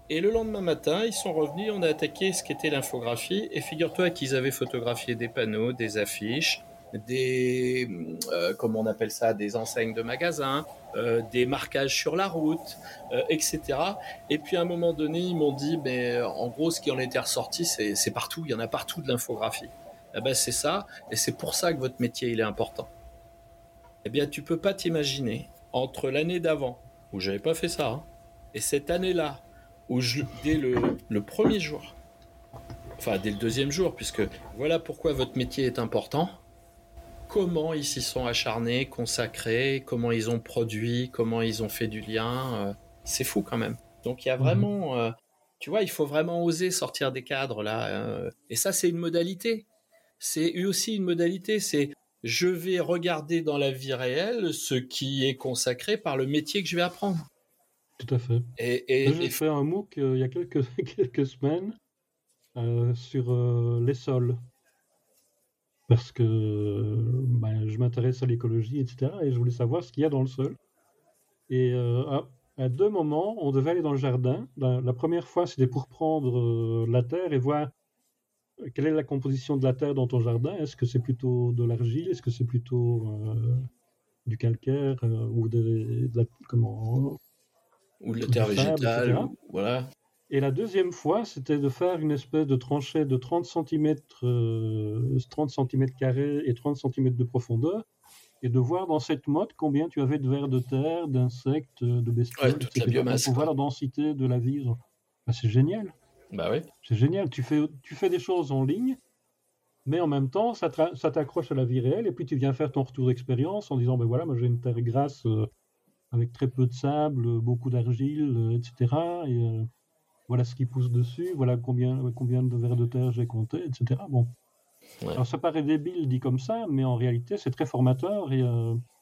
Et le lendemain matin, ils sont revenus, on a attaqué ce qu'était l'infographie. Et figure-toi qu'ils avaient photographié des panneaux, des affiches, des, comment on appelle ça, des enseignes de magasins, des marquages sur la route, etc. Et puis à un moment donné, ils m'ont dit, mais en gros, ce qui en était ressorti, c'est partout, il y en a partout de l'infographie. Eh ben, c'est ça, et c'est pour ça que votre métier, il est important. Eh bien, tu peux pas t'imaginer, entre l'année d'avant, où j'avais pas fait ça, hein, et cette année-là, où dès le premier jour, enfin dès le deuxième jour, puisque voilà pourquoi votre métier est important, comment ils s'y sont acharnés, consacrés, comment ils ont produit, comment ils ont fait du lien, c'est fou quand même. Donc il y a vraiment, tu vois, il faut vraiment oser sortir des cadres là, et ça c'est une modalité. C'est aussi une modalité, c'est je vais regarder dans la vie réelle ce qui est consacré par le métier que je vais apprendre. Tout à fait. J'ai fait un MOOC il y a quelques semaines sur les sols. Parce que je m'intéresse à l'écologie, etc. Et je voulais savoir ce qu'il y a dans le sol. Et à deux moments, on devait aller dans le jardin. La première fois, c'était pour prendre la terre et voir quelle est la composition de la terre dans ton jardin. Est-ce que c'est plutôt de l'argile? Est-ce que c'est plutôt du calcaire ou ou de la terre végétale, voilà. Et la deuxième fois, c'était de faire une espèce de tranchée de 30 cm, 30 cm carrés et 30 cm de profondeur, et de voir dans cette motte combien tu avais de vers de terre, d'insectes, de bestioles, toute etc. la biomasse, pour voir la densité de la vie. C'est génial. Bah oui. C'est génial. Tu fais des choses en ligne, mais en même temps, ça t'accroche à la vie réelle, et puis tu viens faire ton retour d'expérience en disant, ben voilà, moi j'ai une terre grasse avec très peu de sable, beaucoup d'argile, etc. Et voilà ce qui pousse dessus, voilà combien de vers de terre j'ai compté, etc. Bon. Ouais. Alors ça paraît débile dit comme ça, mais en réalité c'est très formateur et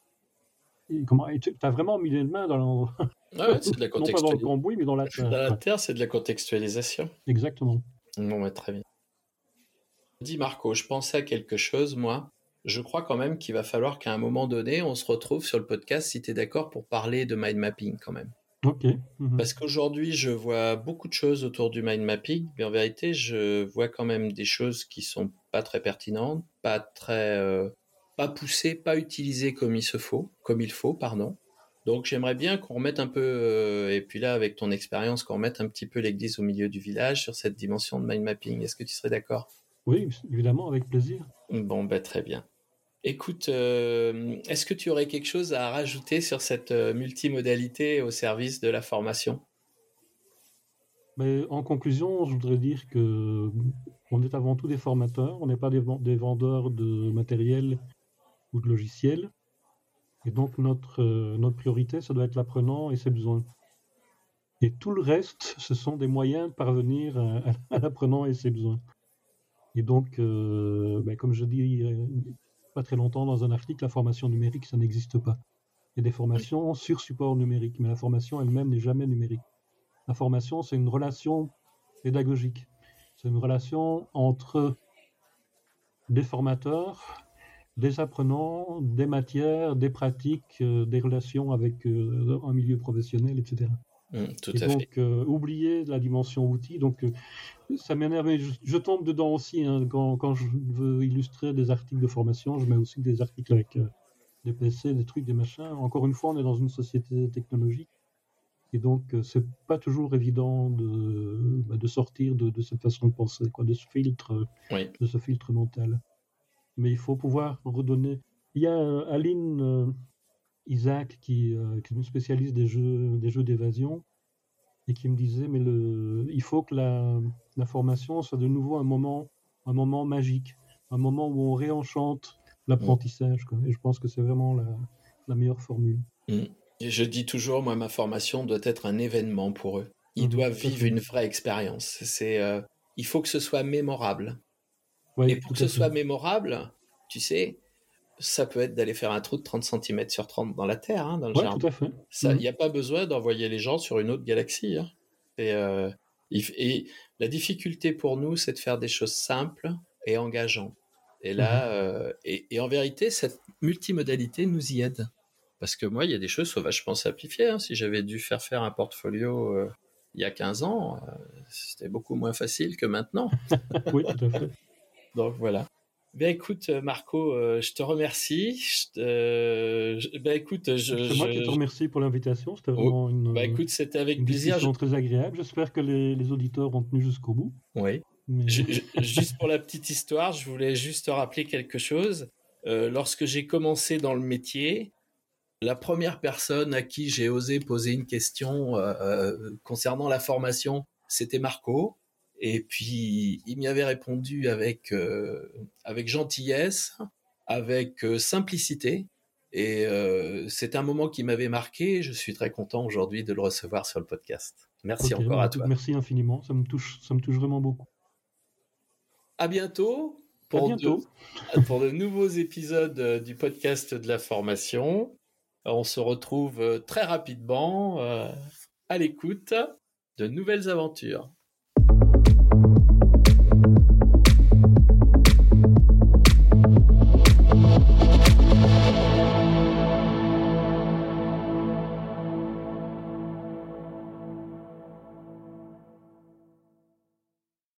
tu as vraiment mis les mains dans c'est de la non pas dans le cambouis, mais dans la terre. Dans la terre, c'est de la contextualisation. Exactement. Bon, très bien. Dis Marco, je pensais à quelque chose, moi. Je crois quand même qu'il va falloir qu'à un moment donné, on se retrouve sur le podcast, si tu es d'accord, pour parler de mind mapping quand même. Ok. Parce qu'aujourd'hui, je vois beaucoup de choses autour du mind mapping, mais en vérité, je vois quand même des choses qui sont pas très pertinentes, pas très, pas poussées, pas utilisées comme il faut, pardon. Donc, j'aimerais bien qu'on remette un peu, et puis là, avec ton expérience, qu'on remette un petit peu l'église au milieu du village sur cette dimension de mind mapping. Est-ce que tu serais d'accord? Oui, évidemment, avec plaisir. Bon, très bien. Écoute, est-ce que tu aurais quelque chose à rajouter sur cette multimodalité au service de la formation? Mais en conclusion, je voudrais dire que on est avant tout des formateurs, on n'est pas des vendeurs de matériel ou de logiciels. Et donc notre priorité, ça doit être l'apprenant et ses besoins. Et tout le reste, ce sont des moyens de parvenir à l'apprenant et ses besoins. Et donc, comme je dis pas très longtemps dans un article, la formation numérique, ça n'existe pas. Il y a des formations sur support numérique, mais la formation elle-même n'est jamais numérique. La formation, c'est une relation pédagogique. C'est une relation entre des formateurs, des apprenants, des matières, des pratiques, des relations avec un milieu professionnel, etc. Tout à fait. Donc, oublier la dimension outil. Donc, ça m'énerve, mais je tombe dedans aussi. Hein, quand je veux illustrer des articles de formation, je mets aussi des articles avec des PC, des trucs, des machins. Encore une fois, on est dans une société technologique. Et donc, c'est pas toujours évident de sortir de cette façon de penser, de ce filtre mental. Mais il faut pouvoir redonner. Il y a Aline Isaac qui est une spécialiste des jeux d'évasion et qui me disait mais il faut que la formation soit de nouveau un moment magique, un moment où on réenchante l'apprentissage. Et je pense que c'est vraiment la meilleure formule. Et je dis toujours, moi, ma formation doit être un événement pour eux. Ils doivent vivre une vraie expérience. Il faut que ce soit mémorable. Oui, et pour que ce soit mémorable, tu sais, ça peut être d'aller faire un trou de 30 cm sur 30 dans la terre, hein, dans le jardin. Tout à fait. Il n'y a pas besoin d'envoyer les gens sur une autre galaxie. Hein. Et la difficulté pour nous, c'est de faire des choses simples et engageantes. Et là, et en vérité, cette multimodalité nous y aide. Parce que moi, il y a des choses qui sont vachement simplifiées. Hein. Si j'avais dû faire un portfolio il y a 15 ans, c'était beaucoup moins facile que maintenant. Oui, tout à fait. Donc voilà. Ben écoute, Marco, je te remercie. C'est moi qui te remercie pour l'invitation. C'était vraiment écoute, c'était avec une plaisir. discussion très agréable. J'espère que les auditeurs ont tenu jusqu'au bout. Oui. Mais... Juste pour la petite histoire, je voulais juste te rappeler quelque chose. Lorsque j'ai commencé dans le métier, la première personne à qui j'ai osé poser une question concernant la formation, c'était Marco. Et puis, il m'y avait répondu avec gentillesse, avec simplicité. Et c'est un moment qui m'avait marqué. Je suis très content aujourd'hui de le recevoir sur le podcast. Merci encore à toi. Merci infiniment. Ça me touche vraiment beaucoup. À bientôt pour de nouveaux épisodes du podcast de la formation. On se retrouve très rapidement à l'écoute de nouvelles aventures.